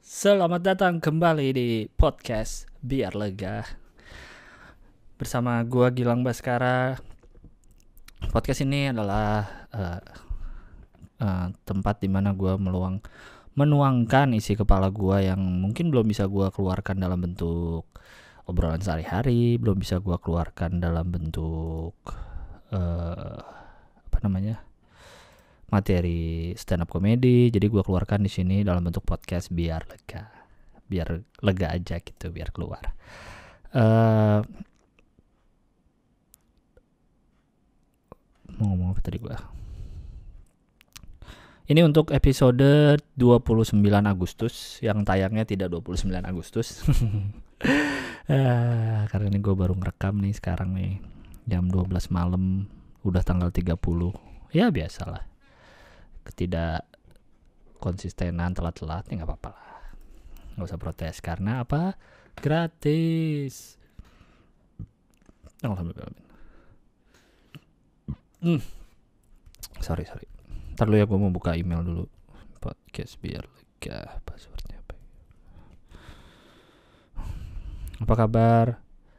Selamat datang kembali di podcast Biar Lega bersama gua Gilang Baskara. Podcast ini adalah tempat dimana gua menuangkan isi kepala gua yang mungkin belum bisa gua keluarkan dalam bentuk obrolan sehari-hari, belum bisa gua keluarkan dalam bentuk materi stand up comedy. Jadi gue keluarkan di sini dalam bentuk podcast biar lega aja gitu, biar keluar. Mau ngomong apa tadi gue? Ini untuk episode 29 Agustus yang tayangnya tidak 29 Agustus. Karena ini gue baru ngerekam nih sekarang nih jam 12 malam, udah tanggal 30. Ya biasalah, ketidak konsistenan telat-telat ya nggak apa-apa lah, nggak usah protes karena apa, gratis. Sorry ntar dulu ya, gue mau buka email dulu. Podcast biar lega, passwordnya apa kabar,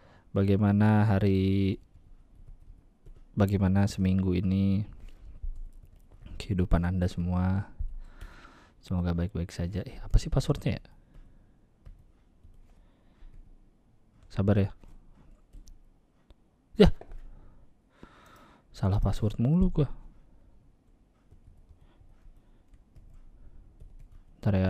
bagaimana seminggu ini kehidupan Anda semua. Semoga baik-baik saja. Apa sih passwordnya ya? Sabar ya. Ya, salah password mulu gua. Ntar ya.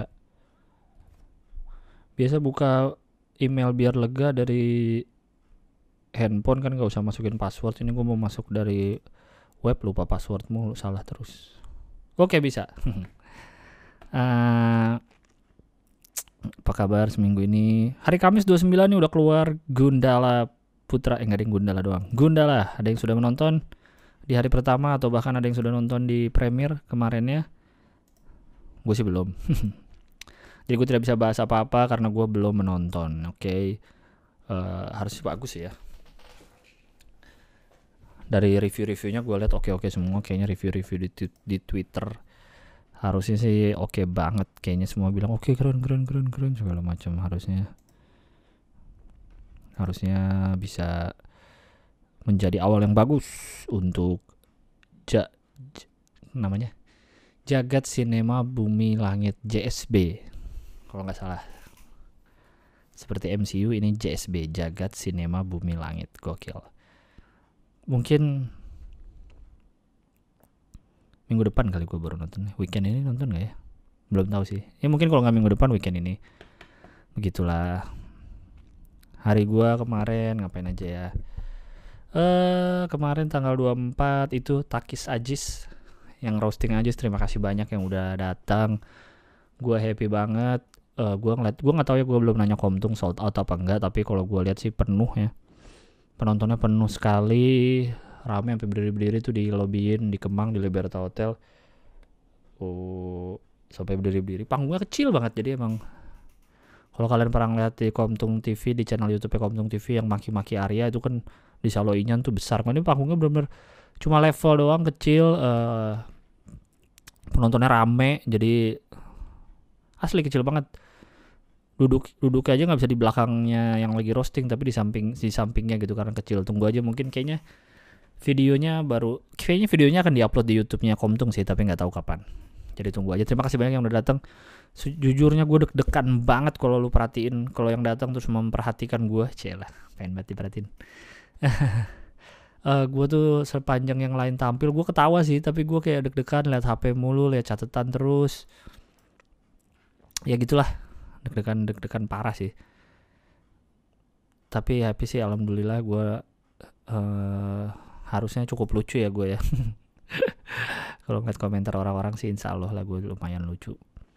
Biasa buka email biar lega dari handphone kan gak usah masukin password. Ini gua mau masuk dari web, lupa password mulu, salah terus. Oke, bisa. Apa kabar seminggu ini? Hari Kamis 29 nih udah keluar Gundala Putra. Enggak ada yang Gundala doang. Gundala, ada yang sudah menonton di hari pertama atau bahkan ada yang sudah nonton di premiere kemarinnya? Gue sih belum. Jadi gue tidak bisa bahas apa-apa karena gue belum menonton. Oke. Harusnya bagus ya. Dari review-reviewnya gue lihat oke semua. Kayaknya review-review di Twitter harusnya sih oke banget. Kayaknya semua bilang oke, keren segala macam. Harusnya bisa menjadi awal yang bagus untuk namanya Jagat Sinema Bumi Langit, JSB kalau nggak salah. Seperti MCU, ini JSB, Jagat Sinema Bumi Langit. Gokil. Mungkin minggu depan kali gue baru nonton. Weekend ini nonton gak ya? Belum tahu sih. Ya mungkin kalau gak minggu depan, weekend ini. Begitulah hari gue kemarin. Ngapain aja ya? Kemarin tanggal 24 itu Takis Ajis yang roasting Ajis. Terima kasih banyak yang udah datang. Gue happy banget. Gue gak tahu ya, gue belum nanya Komtung sold out apa enggak. Tapi kalau gue lihat sih penuh ya. Penontonnya penuh sekali, rame sampai berdiri-berdiri tuh di lobbyin di Kemang di Liberta Hotel. Sampai berdiri-berdiri. Panggungnya kecil banget, jadi emang kalau kalian pernah lihat di Komtung TV, di channel YouTube Komtung TV yang maki-maki Arya itu kan di Saloinyan tuh besar. Ini panggungnya benar-benar cuma level doang kecil, penontonnya rame, jadi asli kecil banget. Duduk aja nggak bisa di belakangnya yang lagi roasting, tapi di sampingnya gitu karena kecil. Tunggu aja, mungkin kayaknya videonya akan diupload di YouTube-nya Komtung sih, tapi nggak tahu kapan. Jadi tunggu aja. Terima kasih banyak yang udah datang. Jujurnya gue deg-degan banget kalau lu perhatiin, kalau yang datang terus memperhatikan gue, celah, pengen banget diperhatiin. Gue tuh sepanjang yang lain tampil gue ketawa sih, tapi gue kayak deg-degan lihat HP mulu, lihat catatan terus. Ya gitulah. Deg-degan parah sih. Tapi happy sih, alhamdulillah. Gue harusnya cukup lucu ya gue ya. Kalau ngeliat komentar orang-orang sih insya Allah lah gue lumayan lucu.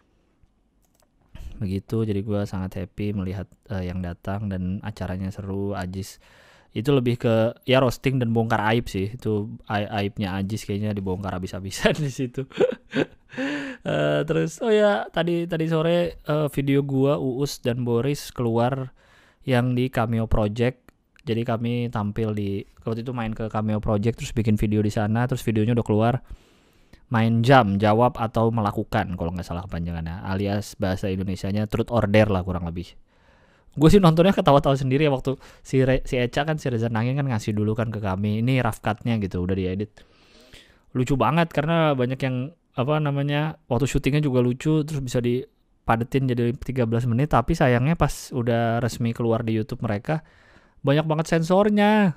Begitu, jadi gue sangat happy melihat yang datang dan acaranya seru. Ajis itu lebih ke ya roasting dan bongkar aib sih. Itu aibnya Ajis kayaknya dibongkar habis-habisan di situ. Terus tadi sore video gua, Uus dan Boris keluar yang di Cameo Project. Jadi kami tampil waktu itu main ke Cameo Project terus bikin video di sana, terus videonya udah keluar. main jam, jawab atau melakukan kalau nggak salah kepanjangannya, alias bahasa Indonesianya truth or dare lah kurang lebih. Gue sih nontonnya ketawa-tawa sendiri ya waktu si Eca kan, si Reza Nangin kan ngasih dulu kan ke kami, ini rough cut-nya gitu, udah diedit. Lucu banget karena banyak yang waktu syutingnya juga lucu, terus bisa dipadetin jadi 13 menit, tapi sayangnya pas udah resmi keluar di YouTube mereka banyak banget sensornya.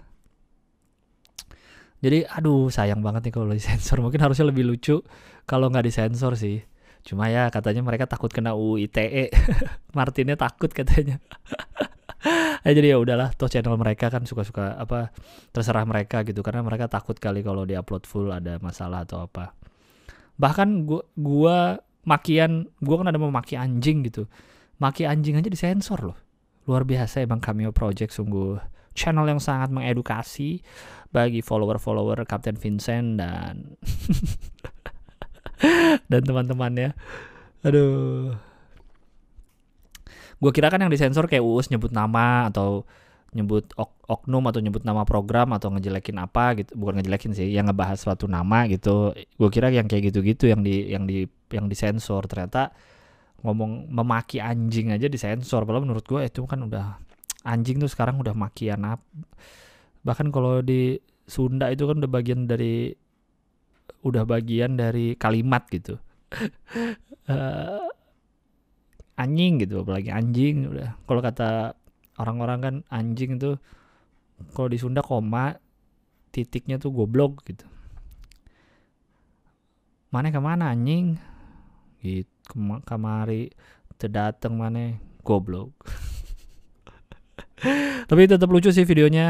Jadi aduh sayang banget nih kalau disensor. Mungkin harusnya lebih lucu kalau nggak disensor sih. Cuma ya katanya mereka takut kena UU ITE. Martinnya takut katanya. Jadi ya udahlah, toh channel mereka kan suka-suka terserah mereka gitu, karena mereka takut kali kalau diupload full ada masalah atau apa. Bahkan gua kan ada mau maki anjing gitu. Maki anjing aja disensor loh. Luar biasa emang Cameo Project, sungguh channel yang sangat mengedukasi bagi follower-follower Kapten Vincent dan dan teman-temannya. Aduh. Gue kira kan yang disensor kayak Uus nyebut nama atau nyebut oknum atau nyebut nama program atau ngejelekin apa gitu. Bukan ngejelekin sih, yang ngebahas suatu nama gitu. Gue kira yang kayak gitu-gitu yang disensor. Ternyata ngomong memaki anjing aja disensor. Padahal menurut gue itu kan udah, anjing tuh sekarang udah makian apa. Bahkan kalau di Sunda itu kan udah bagian dari kalimat gitu. Anjing gitu, apalagi anjing udah. Kalau kata orang-orang kan anjing itu kalau di Sunda koma, titiknya tuh goblok gitu. Mana kemana anjing? Gitu, kamari terdateng mana goblok. Tapi tetap lucu sih videonya.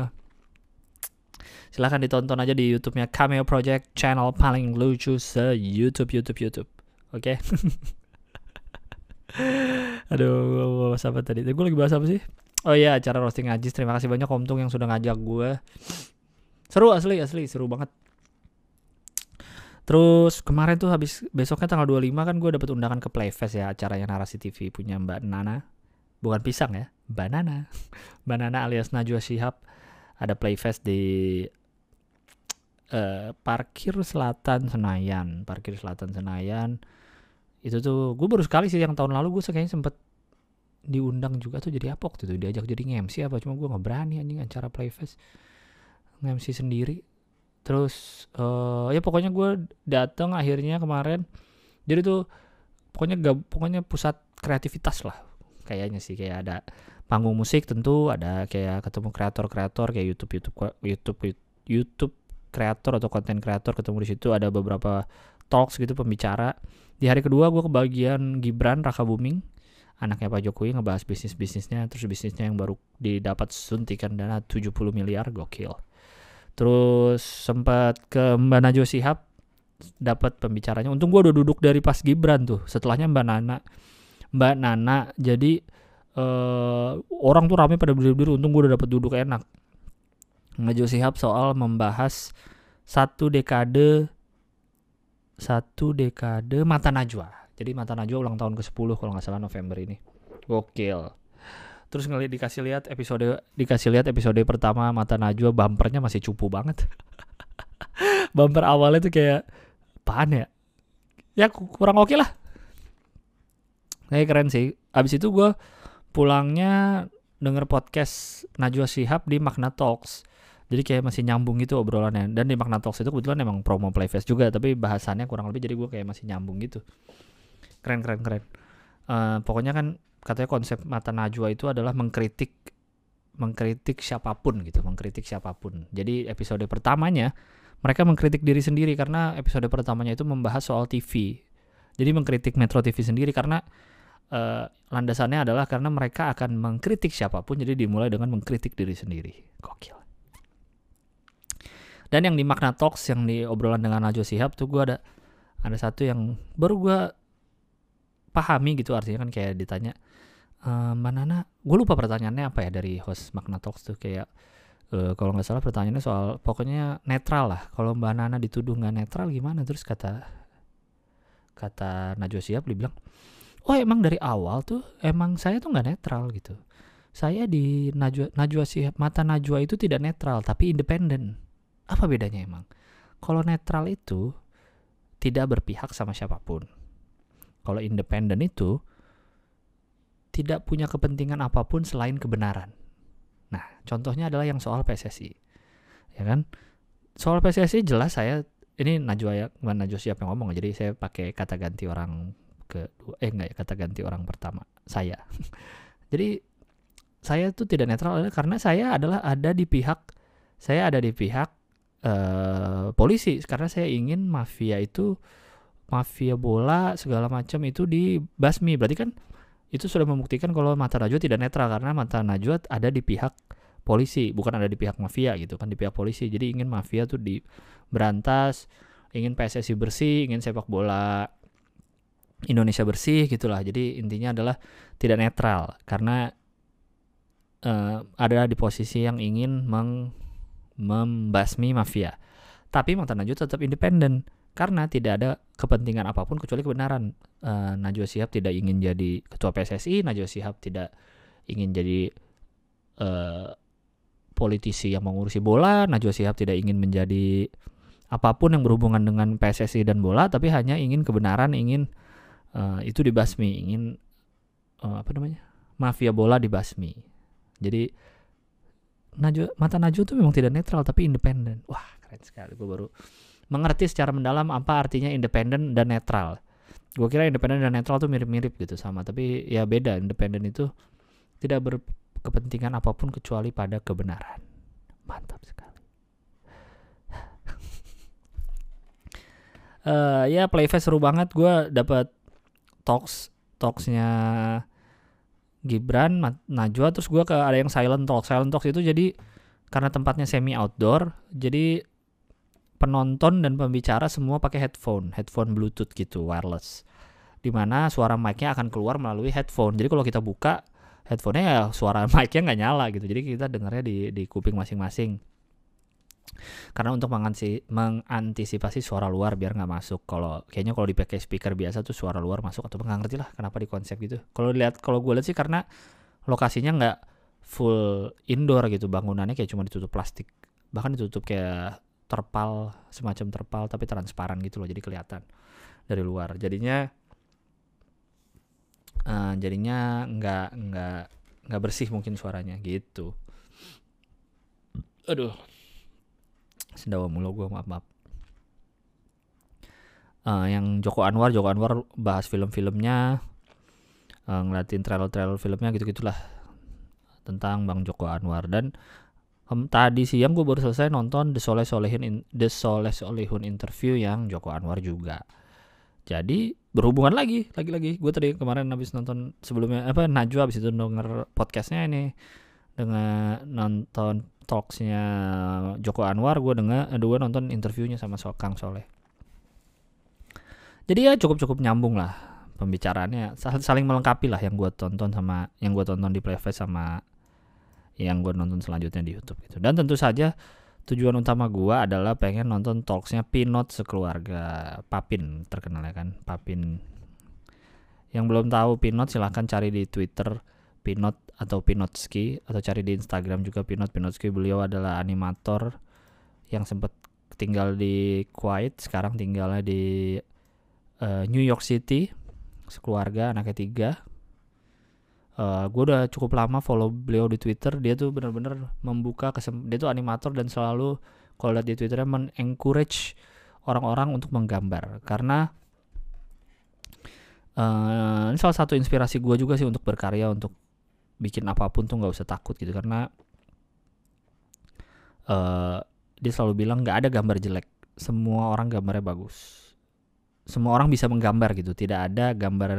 Silahkan ditonton aja di YouTube-nya Cameo Project, channel paling lucu se YouTube. Oke. Aduh, bahas apa tadi? Gue lagi bahas apa sih? Oh iya, acara roasting Ajis. Terima kasih banyak Om Tung yang sudah ngajak gue. Seru asli, seru banget. Terus kemarin tuh besoknya tanggal 25 kan gue dapet undangan ke Playfest ya, acaranya Narasi TV punya Mbak Nana. Bukan pisang ya, Mbak Nana. Mbak Nana alias Najwa Shihab. Ada Playfest di Parkir Selatan Senayan. Itu tuh gue baru sekali sih, yang tahun lalu gue kayaknya sempet diundang juga tuh jadi apa waktu itu, diajak jadi nge-MC apa, cuma gue nggak berani anjing acara Playfest nge-MC sendiri. Terus ya pokoknya gue datang akhirnya kemarin. Jadi tuh pokoknya pusat kreativitas lah kayaknya sih, kayak ada panggung musik tentu, ada kayak ketemu kreator kayak YouTube kreator atau konten kreator ketemu di situ, ada beberapa talks gitu, pembicara. Di hari kedua gue kebagian Gibran Rakabuming, anaknya Pak Jokowi, ngebahas bisnisnya, terus bisnisnya yang baru didapat suntikan dana 70 miliar, gokil. Terus sempat ke Mbak Najwa Shihab, dapat pembicaranya. Untung gue udah duduk dari pas Gibran tuh, setelahnya Mbak Nana. Jadi orang tuh rame pada berdiri, untung gue udah dapat duduk enak. Najwa Shihab soal membahas satu dekade Mata Najwa. Jadi Mata Najwa ulang tahun ke-10 kalau nggak salah November ini. Gokil. Terus dikasih lihat episode pertama Mata Najwa, bumpernya masih cupu banget. Bumper awalnya tuh kayak apaan ya? Ya kurang oke lah. Kayak keren sih. Abis itu gue pulangnya denger podcast Najwa Shihab di Magna Talks. Jadi kayak masih nyambung gitu obrolannya. Dan di Magna Talks itu kebetulan emang promo Playfest juga, tapi bahasannya kurang lebih, jadi gue kayak masih nyambung gitu. Keren. Pokoknya kan katanya konsep Mata Najwa itu adalah mengkritik siapapun gitu, Jadi episode pertamanya mereka mengkritik diri sendiri, karena episode pertamanya itu membahas soal TV. Jadi mengkritik Metro TV sendiri karena landasannya adalah karena mereka akan mengkritik siapapun, jadi dimulai dengan mengkritik diri sendiri. Gokil. Dan yang di Magna Talks, yang di obrolan dengan Najwa Shihab tuh gue ada satu yang baru gue pahami gitu, artinya kan kayak ditanya, Mbak Nana, gue lupa pertanyaannya apa ya dari host Magna Talks tuh, kayak kalau nggak salah pertanyaannya soal pokoknya netral lah. Kalau Mbak Nana dituduh nggak netral gimana? Terus kata Najwa Shihab dibilang, oh emang dari awal tuh emang saya tuh nggak netral gitu. Saya di Najwa Shihab, Mata Najwa itu tidak netral tapi independen. Apa bedanya emang? Kalau netral itu tidak berpihak sama siapapun. Kalau independen itu tidak punya kepentingan apapun selain kebenaran. Nah, contohnya adalah yang soal PSSI. Ya kan? Soal PSSI jelas saya, ini Najwa Shihab yang ngomong, jadi saya pakai kata ganti orang kata ganti orang pertama, saya. Jadi saya tuh tidak netral karena saya ada di pihak polisi, karena saya ingin mafia bola segala macam itu dibasmi. Berarti kan itu sudah membuktikan kalau Mata Najwa tidak netral, karena Mata Najwa ada di pihak polisi, bukan ada di pihak mafia gitu kan, di pihak polisi. Jadi ingin mafia tuh diberantas, ingin PSSI bersih, ingin sepak bola Indonesia bersih gitulah. Jadi intinya adalah tidak netral karena ada di posisi yang ingin membasmi mafia. Tapi Mata Najwa tetap independen karena tidak ada kepentingan apapun kecuali kebenaran. Najwa Shihab tidak ingin jadi ketua PSSI, Najwa Shihab tidak ingin jadi politisi yang mengurusi bola, Najwa Shihab tidak ingin menjadi apapun yang berhubungan dengan PSSI dan bola, tapi hanya ingin kebenaran, ingin itu dibasmi, ingin mafia bola dibasmi. Jadi Mata Najwa itu memang tidak netral tapi independen. Wah, keren sekali. Gue baru mengerti secara mendalam apa artinya independen dan netral. Gue kira independen dan netral tuh mirip-mirip gitu sama, tapi ya beda. Independen itu tidak berkepentingan apapun kecuali pada kebenaran. Mantap sekali. Ya Playfest seru banget. Gue dapat talksnya Gibran, Najwa, terus gue ada yang silent talks itu. Jadi karena tempatnya semi outdoor, jadi penonton dan pembicara semua pakai headphone Bluetooth gitu, wireless, dimana suara mic-nya akan keluar melalui headphone. Jadi kalau kita buka headphone-nya ya suara mic-nya nggak nyala gitu, jadi kita dengarnya di kuping masing-masing. Karena untuk mengantisipasi suara luar biar nggak masuk. Kayaknya kalau dipakai speaker biasa tuh suara luar masuk, atau nggak ngerti lah kenapa di konsep gitu. Kalau gue lihat sih karena lokasinya nggak full indoor gitu, bangunannya kayak cuma ditutup plastik, bahkan ditutup kayak terpal, semacam terpal tapi transparan gitu loh, jadi kelihatan dari luar. Jadinya nggak bersih mungkin suaranya gitu. Aduh, sendawa mulu gue, maaf. Yang Joko Anwar bahas film-filmnya, ngeliatin trailer filmnya gitu-gitulah tentang Bang Joko Anwar. Dan tadi siang gue baru selesai nonton The Soleh Solihun interview yang Joko Anwar juga. Jadi berhubungan lagi gue tadi kemarin habis nonton sebelumnya Najwa, habis itu denger podcastnya ini, dengan nonton talksnya Joko Anwar, gue nonton interviewnya sama Kang Soleh. Jadi ya cukup nyambung lah pembicaraannya, saling melengkapi lah yang gue tonton di Playfest sama yang gue nonton selanjutnya di YouTube gitu. Dan tentu saja tujuan utama gue adalah pengen nonton talksnya Pinot sekeluarga. Papin terkenal ya kan, Papin. Yang belum tahu Pinot silahkan cari di Twitter Pinot atau Pinotski, atau cari di Instagram juga Pinotski. Beliau adalah animator yang sempat tinggal di Kuwait, sekarang tinggalnya di New York City, sekeluarga, anaknya 3. Gue udah cukup lama follow beliau di Twitter. Dia tuh benar-benar membuka dia tuh animator dan selalu kalau lihat di Twitternya men-encourage orang-orang untuk menggambar. Karena ini salah satu inspirasi gue juga sih untuk berkarya, untuk bikin apapun tuh nggak usah takut gitu. Karena dia selalu bilang nggak ada gambar jelek, semua orang gambarnya bagus, semua orang bisa menggambar gitu. Tidak ada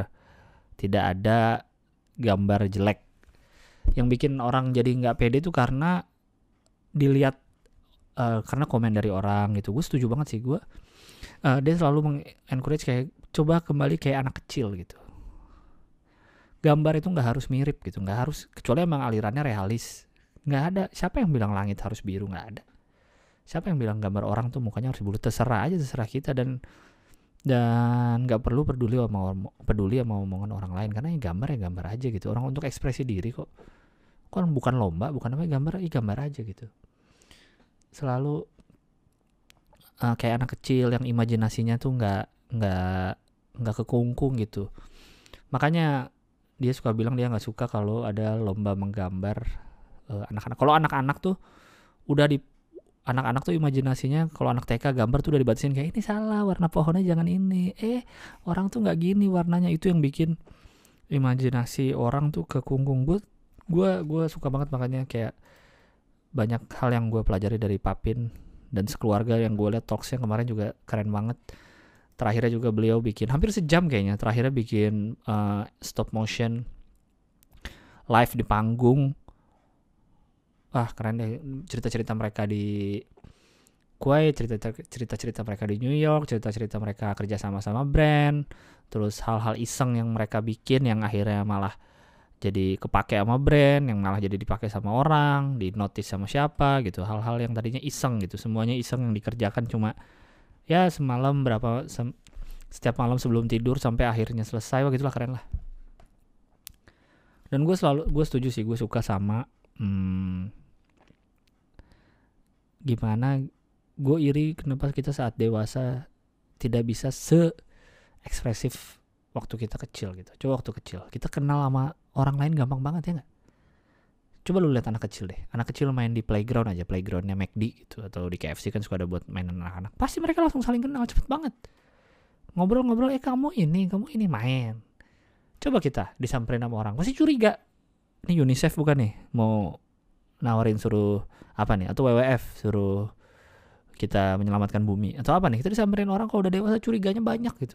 gambar jelek. Yang bikin orang jadi nggak pede itu karena dilihat karena komen dari orang gitu. Gue setuju banget sih gue. Dia selalu mengencourage kayak coba kembali kayak anak kecil gitu. Gambar itu nggak harus mirip gitu, nggak harus, kecuali emang alirannya realis. Nggak ada. Siapa yang bilang langit harus biru? Nggak ada. Siapa yang bilang gambar orang tuh mukanya harus bulat? Terserah kita, dan nggak perlu peduli sama omongan orang lain, karena ya gambar aja gitu. Orang untuk ekspresi diri kok bukan lomba, bukan gambar aja gitu. Selalu kayak anak kecil yang imajinasinya tuh nggak kekungkung gitu. Makanya dia suka bilang dia nggak suka kalau ada lomba menggambar anak-anak. Kalau anak-anak tuh udah di anak-anak tuh imajinasinya, kalau anak TK gambar tuh udah dibatasin kayak ini salah, warna pohonnya jangan ini, orang tuh nggak gini warnanya. Itu yang bikin imajinasi orang tuh kekungkung. Gue suka banget, makanya kayak banyak hal yang gue pelajari dari Papin dan sekeluarga. Yang gue lihat talksnya kemarin juga keren banget. Terakhirnya juga beliau bikin hampir sejam kayaknya, terakhirnya bikin stop motion live di panggung. Keren deh cerita-cerita mereka di Kuwait, cerita-cerita mereka di New York, cerita-cerita mereka kerja sama-sama brand, terus hal-hal iseng yang mereka bikin yang akhirnya malah jadi kepake sama brand, yang malah jadi dipakai sama orang, di notice sama siapa gitu. Hal-hal yang tadinya iseng gitu, semuanya iseng yang dikerjakan cuma ya semalam setiap malam sebelum tidur sampai akhirnya selesai. Wah gitulah, keren lah. Dan gue setuju sih, gue suka sama gimana gue iri kenapa kita saat dewasa tidak bisa se-ekspresif waktu kita kecil gitu. Coba waktu kecil kita kenal sama orang lain gampang banget ya nggak? Coba lu lihat anak kecil deh, anak kecil main di playground aja, playgroundnya McD gitu atau di KFC kan suka ada buat mainan anak-anak, pasti mereka langsung saling kenal cepet banget, ngobrol-ngobrol, kamu ini main. Coba kita disamperin sama orang, pasti curiga, ini UNICEF bukan nih mau nawarin suruh apa nih, atau WWF suruh kita menyelamatkan bumi atau apa nih. Kita disamperin orang kalau udah dewasa curiganya banyak gitu.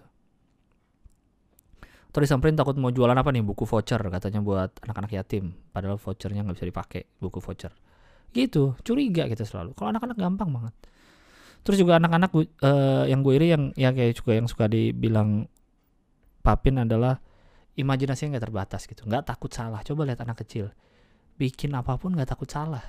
Atau disamperin takut mau jualan apa nih, buku voucher katanya buat anak-anak yatim, padahal vouchernya nggak bisa dipakai, buku voucher gitu. Curiga kita selalu. Kalau anak-anak gampang banget. Terus juga anak-anak yang gue iri yang ya kayak juga yang suka dibilang Papin adalah imajinasinya nggak terbatas gitu, nggak takut salah. Coba lihat anak kecil bikin apapun nggak takut salah,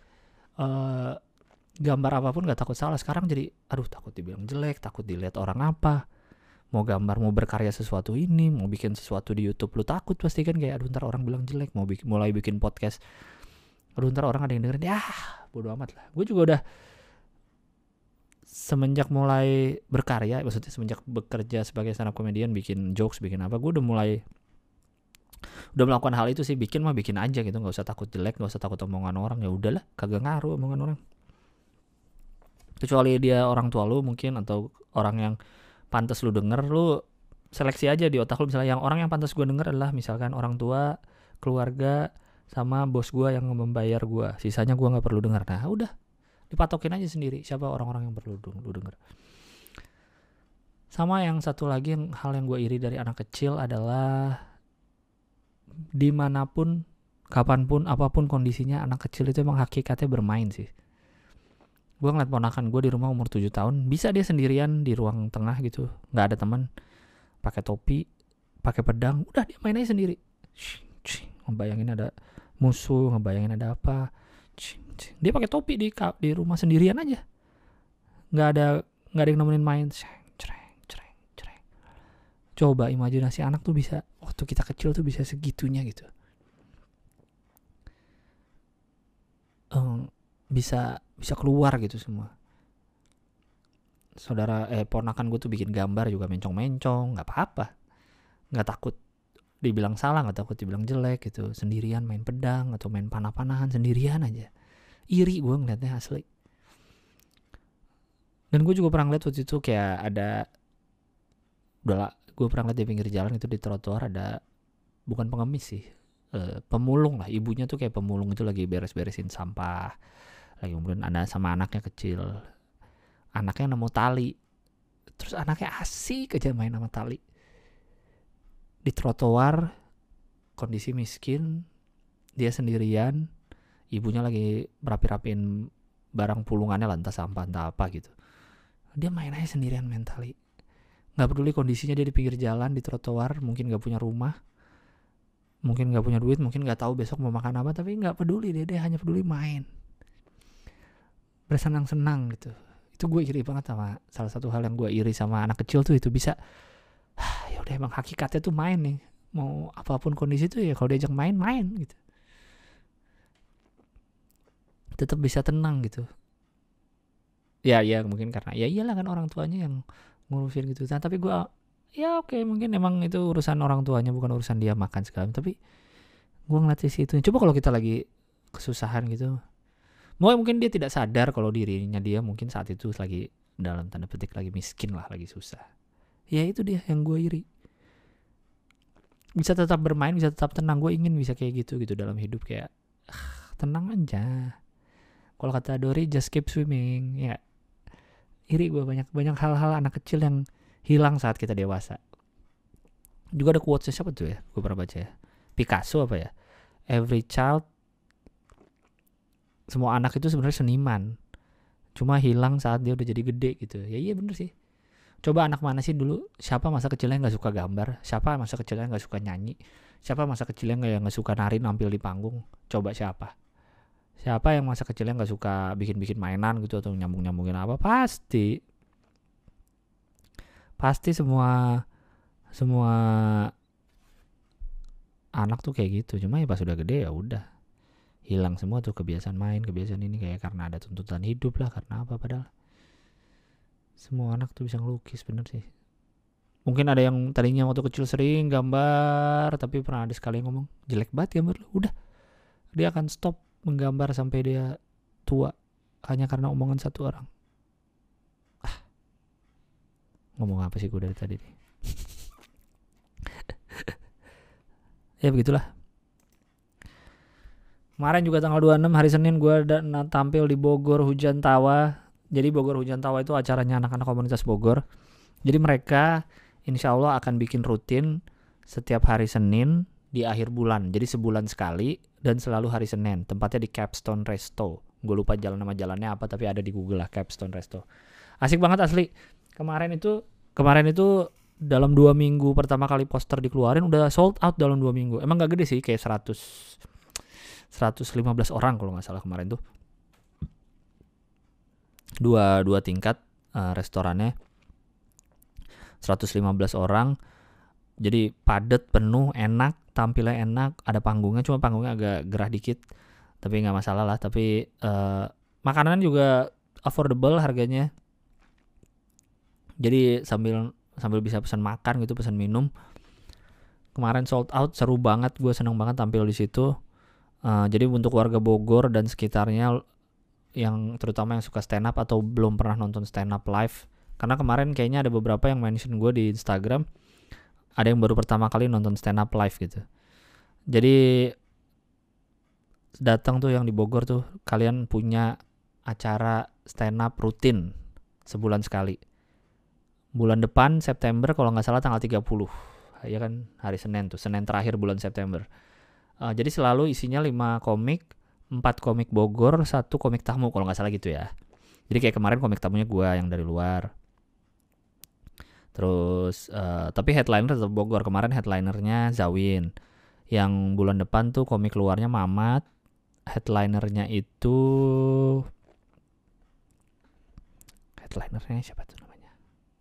gambar apapun nggak takut salah. Sekarang jadi takut dibilang jelek, takut dilihat orang apa. Mau gambar, mau berkarya sesuatu ini, mau bikin sesuatu di YouTube, lu takut pasti kan, kayak ntar orang bilang jelek. Mau mulai bikin podcast, ntar orang ada yang dengerin, bodo amat lah. Gue juga udah semenjak mulai berkarya, maksudnya semenjak bekerja sebagai stand up comedian, bikin jokes, bikin apa, gue udah melakukan hal itu sih. Bikin aja gitu, nggak usah takut jelek, nggak usah takut omongan orang. Ya udahlah, kagak ngaruh omongan orang, kecuali dia orang tua lu mungkin atau orang yang pantas lu denger. Lu seleksi aja di otak lu, misalnya yang orang yang pantas gue denger adalah misalkan orang tua, keluarga, sama bos gue yang membayar gue, sisanya gue nggak perlu denger. Nah udah, dipatokin aja sendiri siapa orang-orang yang perlu lu denger. Sama yang satu lagi, hal yang gue iri dari anak kecil adalah dimanapun, kapanpun, apapun kondisinya, anak kecil itu emang hakikatnya bermain sih. Gue ngeliat ponakan gue di rumah umur 7 tahun, bisa dia sendirian di ruang tengah gitu, gak ada teman, pakai topi, pakai pedang, udah dia main aja sendiri. Ngebayangin ada musuh, ngebayangin ada apa, dia pakai topi di rumah sendirian aja, gak ada yang nemenin main. Coba imajinasi anak tuh bisa, waktu kita kecil tuh bisa segitunya gitu. Bisa keluar gitu semua. Ponakan gue tuh bikin gambar juga mencong-mencong, nggak apa-apa, nggak takut dibilang salah, nggak takut dibilang jelek gitu. Sendirian main pedang atau main panah-panahan sendirian aja. Iri gue ngeliatnya asli. Dan gue juga pernah ngeliat waktu itu kayak ada, gue pernah ngeliat di pinggir jalan itu, di trotoar ada, bukan pengemis sih, pemulung lah. Ibunya tuh kayak pemulung itu lagi beres-beresin sampah, lagi kemudian ada sama anaknya kecil. Anaknya nemu tali, terus anaknya asik aja main sama tali di trotoar. Kondisi miskin, dia sendirian, ibunya lagi rapi-rapiin barang pulungannya lah, entah sampah entah apa gitu. Dia main aja sendirian main tali, gak peduli kondisinya. Dia di pinggir jalan, di trotoar, mungkin gak punya rumah, mungkin gak punya duit, mungkin gak tahu besok mau makan apa, tapi gak peduli. Dia hanya peduli main, bersenang-senang gitu. Itu gue iri banget sama, salah satu hal yang gue iri sama anak kecil tuh itu bisa, ya udah emang hakikatnya tuh main nih, mau apapun kondisi tuh ya kalau diajak main gitu, tetap bisa tenang gitu. Ya mungkin karena ya iyalah kan orang tuanya yang ngurusin gitu. Nah, tapi gue ya oke, mungkin emang itu urusan orang tuanya, bukan urusan dia makan segala. Tapi gue ngeliat di situ. Coba kalau kita lagi kesusahan gitu, mungkin dia tidak sadar kalau dirinya dia mungkin saat itu lagi dalam tanda petik lagi miskin lah, lagi susah. Ya itu dia yang gue iri. Bisa tetap bermain, bisa tetap tenang. Gue ingin bisa kayak gitu dalam hidup, kayak tenang aja. Kalau kata Dory, just keep swimming. Ya, iri gue banyak hal-hal anak kecil yang hilang saat kita dewasa. Juga ada quotes siapa tuh ya? Gue pernah baca ya. Picasso apa ya? Every child, semua anak itu sebenarnya seniman. Cuma hilang saat dia udah jadi gede gitu. Ya iya bener sih. Coba anak mana sih dulu? Siapa masa kecilnya nggak suka gambar? Siapa masa kecilnya nggak suka nyanyi? Siapa masa kecilnya nggak suka nari nampil di panggung? Coba siapa? Siapa yang masa kecilnya nggak suka bikin mainan gitu atau nyambungin apa? Pasti semua anak tuh kayak gitu. Cuma ya pas udah gede ya udah hilang semua tuh kebiasaan main, kebiasaan ini, kayak karena ada tuntutan hidup lah, karena apa, padahal semua anak tuh bisa ngelukis, bener sih. Mungkin ada yang tadinya waktu kecil sering gambar, tapi pernah ada sekali ngomong, jelek banget gambar lu, udah dia akan stop menggambar sampai dia tua hanya karena omongan satu orang. Ngomong apa sih gue dari tadi nih? Ya begitulah. Kemarin juga tanggal 26 hari Senin gue tampil di Bogor Hujan Tawa. Jadi Bogor Hujan Tawa itu acaranya anak-anak komunitas Bogor. Jadi mereka insya Allah akan bikin rutin setiap hari Senin di akhir bulan. Jadi sebulan sekali dan selalu hari Senin. Tempatnya di Capstone Resto. Gue lupa nama jalannya apa, tapi ada di Google lah, Capstone Resto. Asik banget asli. Kemarin itu dalam 2 minggu pertama kali poster dikeluarin udah sold out dalam 2 minggu. Emang gak gede sih, kayak 115 orang kalau gak salah kemarin tuh. Dua tingkat restorannya. 115 orang. Jadi padat, penuh, enak, tampilnya enak, ada panggungnya, cuma panggungnya agak gerah dikit. Tapi gak masalah lah, tapi makanan juga affordable harganya. Jadi sambil bisa pesan makan gitu, pesan minum. Kemarin sold out, seru banget, gue seneng banget tampil di situ. Jadi untuk warga Bogor dan sekitarnya yang terutama yang suka stand up atau belum pernah nonton stand up live, karena kemarin kayaknya ada beberapa yang mention gue di Instagram, ada yang baru pertama kali nonton stand up live gitu. Jadi datang tuh yang di Bogor tuh, kalian punya acara stand up rutin sebulan sekali. Bulan depan September kalau nggak salah tanggal 30, ya kan hari Senin tuh, Senin terakhir bulan September. Jadi selalu isinya 5 komik, 4 komik Bogor, 1 komik tamu kalau nggak salah gitu ya. Jadi kayak kemarin komik tamunya gue yang dari luar. Terus tapi headliner tetap Bogor. Kemarin headlinernya Zawin. Yang bulan depan tuh komik luarnya Mamat. Headlinernya siapa tuh namanya?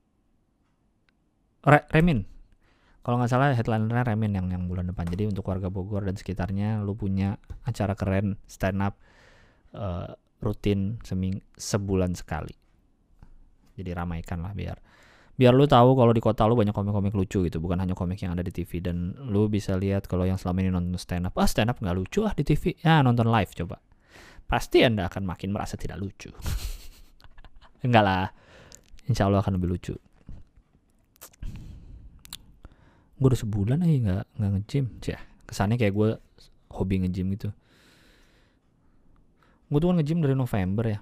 Remin. Kalau nggak salah headlinernya Remin yang bulan depan. Jadi untuk warga Bogor dan sekitarnya, lu punya acara keren stand up rutin sebulan sekali. Jadi ramaikan lah biar lu tahu kalau di kota lu banyak komik-komik lucu gitu, bukan hanya komik yang ada di TV. Dan lu bisa lihat kalau yang selama ini nonton stand up nggak lucu di TV, ya nonton live coba, pasti Anda akan makin merasa tidak lucu. Enggak lah, insya Allah akan lebih lucu. Gue udah sebulan aja nggak nge-gym, kesannya kayak gue hobi nge-gym gitu. Gue tuh kan nge-gym dari November ya.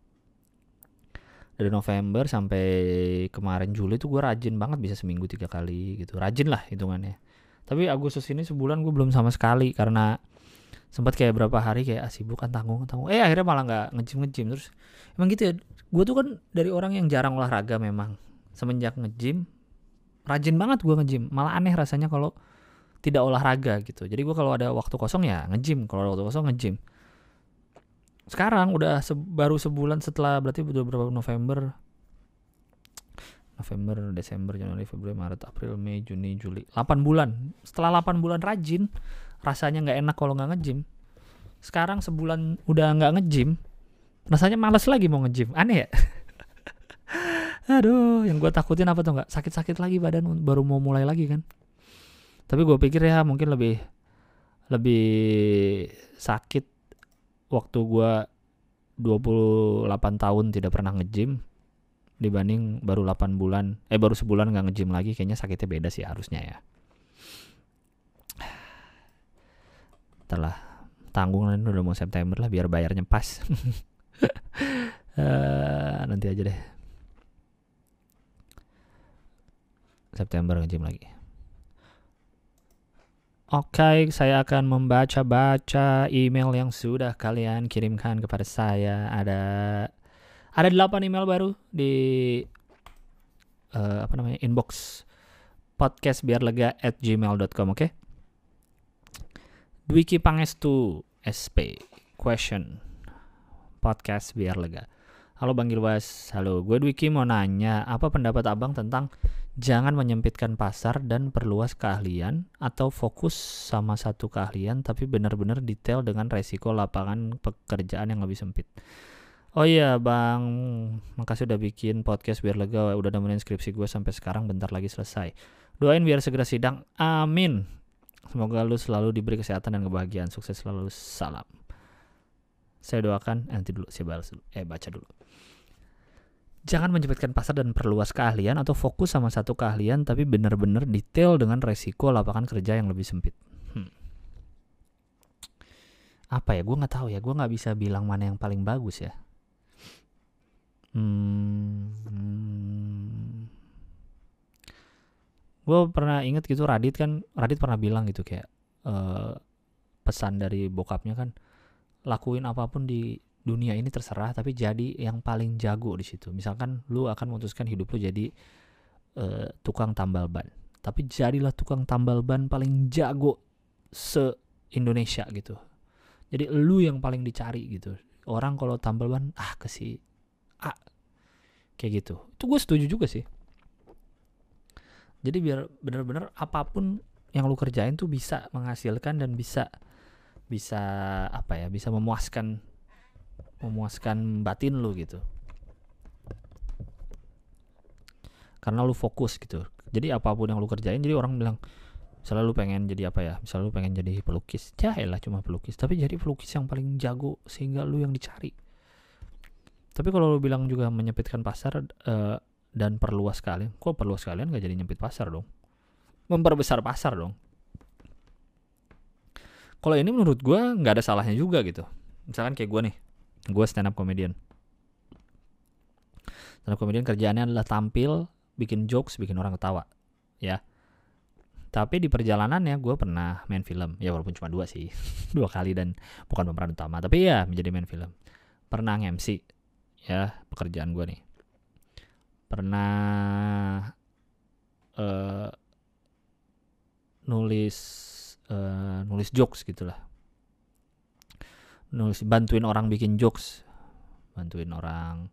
Dari November sampai kemarin Juli tuh gue rajin banget, bisa seminggu 3 kali gitu. Rajin lah hitungannya. Tapi Agustus ini sebulan gue belum sama sekali karena sempat kayak berapa hari kayak sibuk kan, tanggung. Akhirnya malah nggak nge-gym. Terus emang gitu ya. Gue tuh kan dari orang yang jarang olahraga memang. Semenjak nge-gym rajin banget gue nge-gym. Malah aneh rasanya kalau tidak olahraga gitu. Jadi gue kalau ada waktu kosong ya nge-gym. Kalau ada waktu kosong nge-gym. Sekarang udah baru sebulan setelah, berarti udah berapa, November, Desember, Januari, Februari, Maret, April, Mei, Juni, Juli, 8 bulan. Setelah 8 bulan rajin, rasanya gak enak kalau gak nge-gym. Sekarang sebulan udah gak nge-gym, rasanya males lagi mau nge-gym. Aneh ya? Aduh, yang gue takutin apa tuh, nggak sakit-sakit lagi badan baru mau mulai lagi kan. Tapi gue pikir ya mungkin lebih sakit waktu gue 28 tahun tidak pernah nge-gym dibanding baru 8 bulan baru sebulan nggak nge-gym lagi. Kayaknya sakitnya beda sih harusnya ya. Telah tanggung udah mau September lah biar bayarnya pas. Nanti aja deh September nge-gym lagi. Oke, saya akan membaca-baca email yang sudah kalian kirimkan kepada saya. Ada 8 email baru di inbox podcastbiarlega@gmail.com. Oke. Dwiki Pangestu SP question podcast biar lega. Halo Bang Gilbas, halo, gue Dwiki mau nanya, apa pendapat abang tentang jangan menyempitkan pasar dan perluas keahlian, atau fokus sama satu keahlian tapi benar-benar detail dengan resiko lapangan pekerjaan yang lebih sempit? Oh iya Bang, makasih udah bikin podcast biar lega, udah nemenin skripsi gue sampai sekarang, bentar lagi selesai. Doain biar segera sidang, amin. Semoga lu selalu diberi kesehatan dan kebahagiaan, sukses selalu, salam. Saya doakan, nanti dulu saya baca dulu. Jangan menyempitkan pasar dan perluas keahlian, atau fokus sama satu keahlian tapi benar-benar detail dengan resiko lapangan kerja yang lebih sempit. Apa ya, gue nggak tahu ya, gue nggak bisa bilang mana yang paling bagus ya. Gue pernah inget gitu, Radit pernah bilang gitu kayak pesan dari bokapnya kan, lakuin apapun di dunia ini terserah, tapi jadi yang paling jago di situ. Misalkan lu akan memutuskan hidup lu jadi tukang tambal ban, tapi jadilah tukang tambal ban paling jago se-Indonesia gitu. Jadi lu yang paling dicari gitu. Orang kalau tambal ban ke si A kayak gitu. Itu gue setuju juga sih. Jadi biar benar-benar apapun yang lu kerjain tuh bisa menghasilkan dan bisa bisa memuaskan batin lu gitu. Karena lu fokus gitu. Jadi apapun yang lu kerjain, jadi orang bilang, misalnya lu pengen jadi apa ya? Misalnya lu pengen jadi pelukis. Yaelah cuma pelukis, tapi jadi pelukis yang paling jago sehingga lu yang dicari. Tapi kalau lu bilang juga menyempitkan pasar dan perluas kalian, kok perluas kalian gak jadi nyempit pasar dong? Memperbesar pasar dong. Kalau ini menurut gue gak ada salahnya juga gitu. Misalkan kayak gue nih, gue stand up comedian. Stand up comedian kerjaannya adalah tampil, bikin jokes, bikin orang ketawa, ya. Tapi di perjalanannya gue pernah main film, ya walaupun cuma 2 sih, 2 kali dan bukan pemeran utama, tapi ya menjadi main film. Pernah nge-MC, ya pekerjaan gue nih. Pernah nulis jokes gitulah. Bantuin orang bikin jokes, bantuin orang.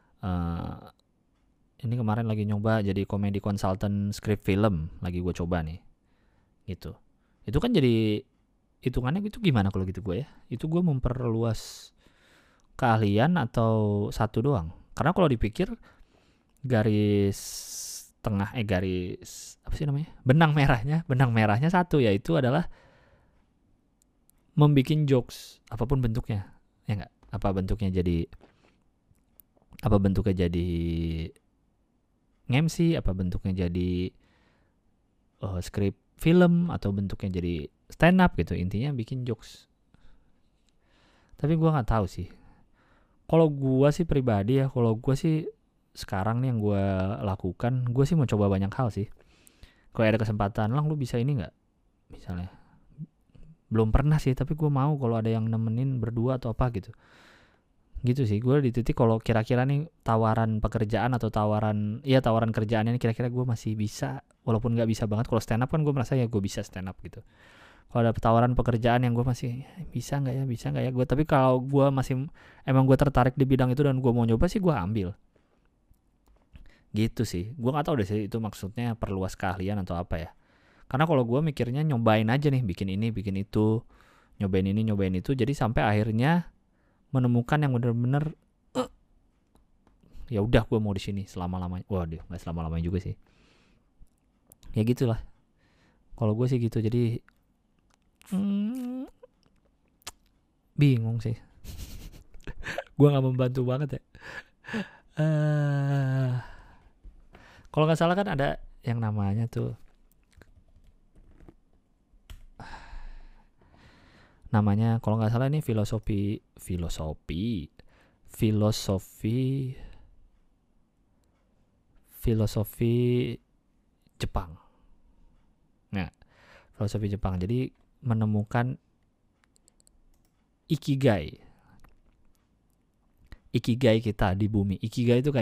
Ini kemarin lagi nyoba jadi komedi konsultan script film, lagi gue coba nih, gitu. Itu kan jadi hitungannya itu gimana kalau gitu gue ya? Itu gue memperluas keahlian atau satu doang? Karena kalau dipikir garis tengah garis apa sih namanya? Benang merahnya satu, yaitu adalah membikin jokes apapun bentuknya, ya nggak? Apa bentuknya jadi nge-MC, apa bentuknya jadi skrip film, atau bentuknya jadi stand up gitu. Intinya bikin jokes. Tapi gue nggak tahu sih. Kalau gue sih pribadi ya, kalau gue sih sekarang nih yang gue lakukan, gue sih mau coba banyak hal sih. Kalau ada kesempatan, lu bisa ini nggak? Misalnya, belum pernah sih, tapi gue mau kalau ada yang nemenin berdua atau apa gitu. Gitu sih, gue di titik kalau kira-kira nih tawaran pekerjaan atau tawaran kerjaan ini kira-kira gue masih bisa, walaupun nggak bisa banget. Kalau stand up kan gue merasa ya gue bisa stand up gitu. Kalau ada tawaran pekerjaan yang gue masih bisa nggak ya gue. Tapi kalau gue masih emang gue tertarik di bidang itu dan gue mau nyoba sih, gue ambil. Gitu sih, gue nggak tahu deh sih itu maksudnya perluas keahlian atau apa ya. Karena kalau gue mikirnya nyobain aja nih, bikin ini bikin itu, nyobain ini nyobain itu, jadi sampai akhirnya menemukan yang benar-benar ya udah gue mau di sini selama-lamanya. Waduh, nggak selama-lamanya juga sih. Ya gitulah. Kalau gue sih gitu. Jadi bingung sih. Gue nggak membantu banget ya. Kalau nggak salah kan ada yang namanya tuh kalau nggak salah ini filosofi Jepang. Nah, filosofi Jepang. Jadi menemukan ikigai kita di bumi. Ikigai itu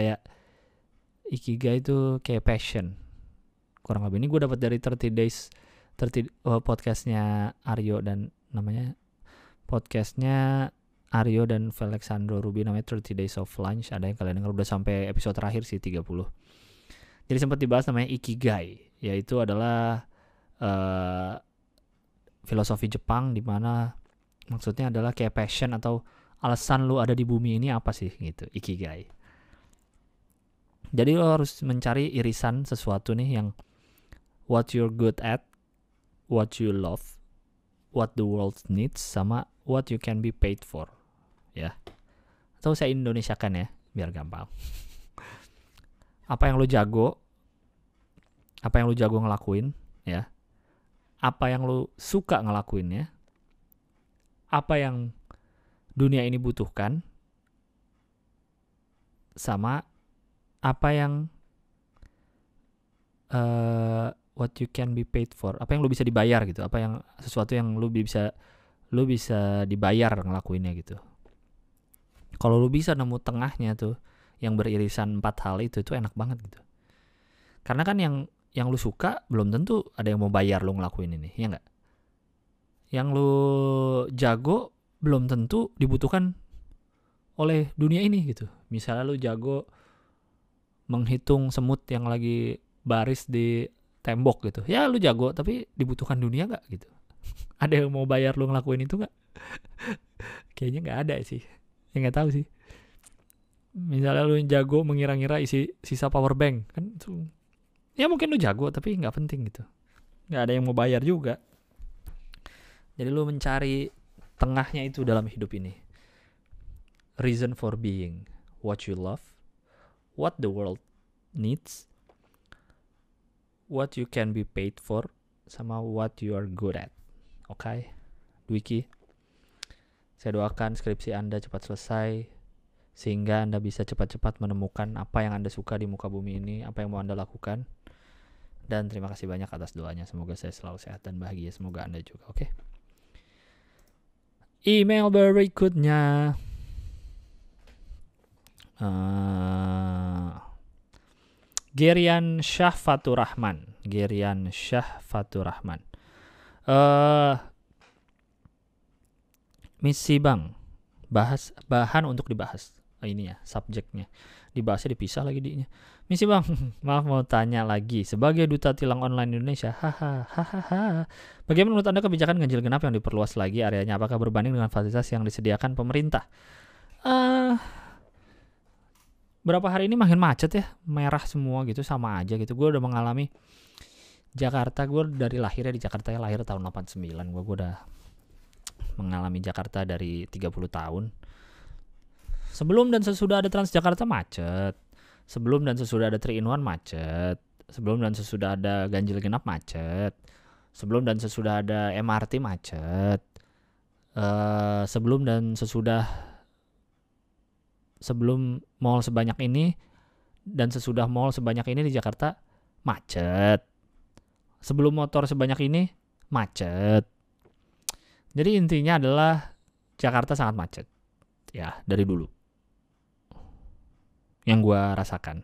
kayak passion. Kurang lebih ini gue dapat dari 30 days podcastnya Aryo dan namanya podcastnya Aryo dan Felixandro Ruby, namanya 30 Days of Lunch. Ada yang kalian dengar, udah sampai episode terakhir sih 30. Jadi sempat dibahas namanya ikigai, yaitu adalah filosofi Jepang di mana maksudnya adalah kayak passion atau alasan lu ada di bumi ini apa sih gitu, ikigai. Jadi lo harus mencari irisan sesuatu nih yang what you're good at, what you love, what the world needs, sama what you can be paid for, ya. Atau saya Indonesiakan ya, biar gampang. Apa yang lo jago ngelakuin, ya. Apa yang lo suka ngelakuinnya, apa yang dunia ini butuhkan, sama apa yang what you can be paid for, apa yang lu bisa dibayar gitu, apa yang sesuatu yang lu bisa dibayar ngelakuinnya gitu. Kalau lu bisa nemu tengahnya tuh yang beririsan 4 hal itu enak banget gitu. Karena kan yang lu suka belum tentu ada yang mau bayar lu ngelakuin ini, ya enggak? Yang lu jago belum tentu dibutuhkan oleh dunia ini gitu. Misalnya lu jago menghitung semut yang lagi baris di tembok gitu. Ya lu jago tapi dibutuhkan dunia gak gitu. Ada yang mau bayar lu ngelakuin itu gak? Kayaknya gak ada sih. Ya gak tahu sih. Misalnya lu jago mengira-ngira isi sisa power bank kan, ya mungkin lu jago tapi gak penting gitu. Gak ada yang mau bayar juga. Jadi lu mencari tengahnya itu dalam hidup ini. Reason for being, what you love, what the world needs, what you can be paid for, sama what you are good at. Okay? Dwiki, saya doakan skripsi Anda cepat selesai sehingga Anda bisa cepat-cepat menemukan apa yang Anda suka di muka bumi ini, apa yang mau Anda lakukan. Dan terima kasih banyak atas doanya. Semoga saya selalu sehat dan bahagia. Semoga Anda juga. Oke? Email berikutnya. Gerian Syahfatur Rahman. Misi Bang, bahas bahan untuk dibahas. Ini ya subjeknya. Dibahasnya dipisah lagi dinya. Misi Bang, maaf mau tanya lagi. Sebagai duta tilang online Indonesia, bagaimana menurut Anda kebijakan ganjil genap yang diperluas lagi areanya? Apakah berbanding dengan fasilitas yang disediakan pemerintah? Berapa hari ini makin macet ya, merah semua gitu, sama aja gitu. Gue udah mengalami Jakarta, gue dari lahirnya di Jakarta ya, lahir tahun 89. Gue udah mengalami Jakarta dari 30 tahun. Sebelum dan sesudah ada Transjakarta macet. Sebelum dan sesudah ada 3-in-1 macet. Sebelum dan sesudah ada ganjil genap macet. Sebelum dan sesudah ada MRT macet. Sebelum mall sebanyak ini dan sesudah mall sebanyak ini di Jakarta macet. Sebelum motor sebanyak ini macet. Jadi intinya adalah Jakarta sangat macet. Ya, dari dulu. Yang gue rasakan.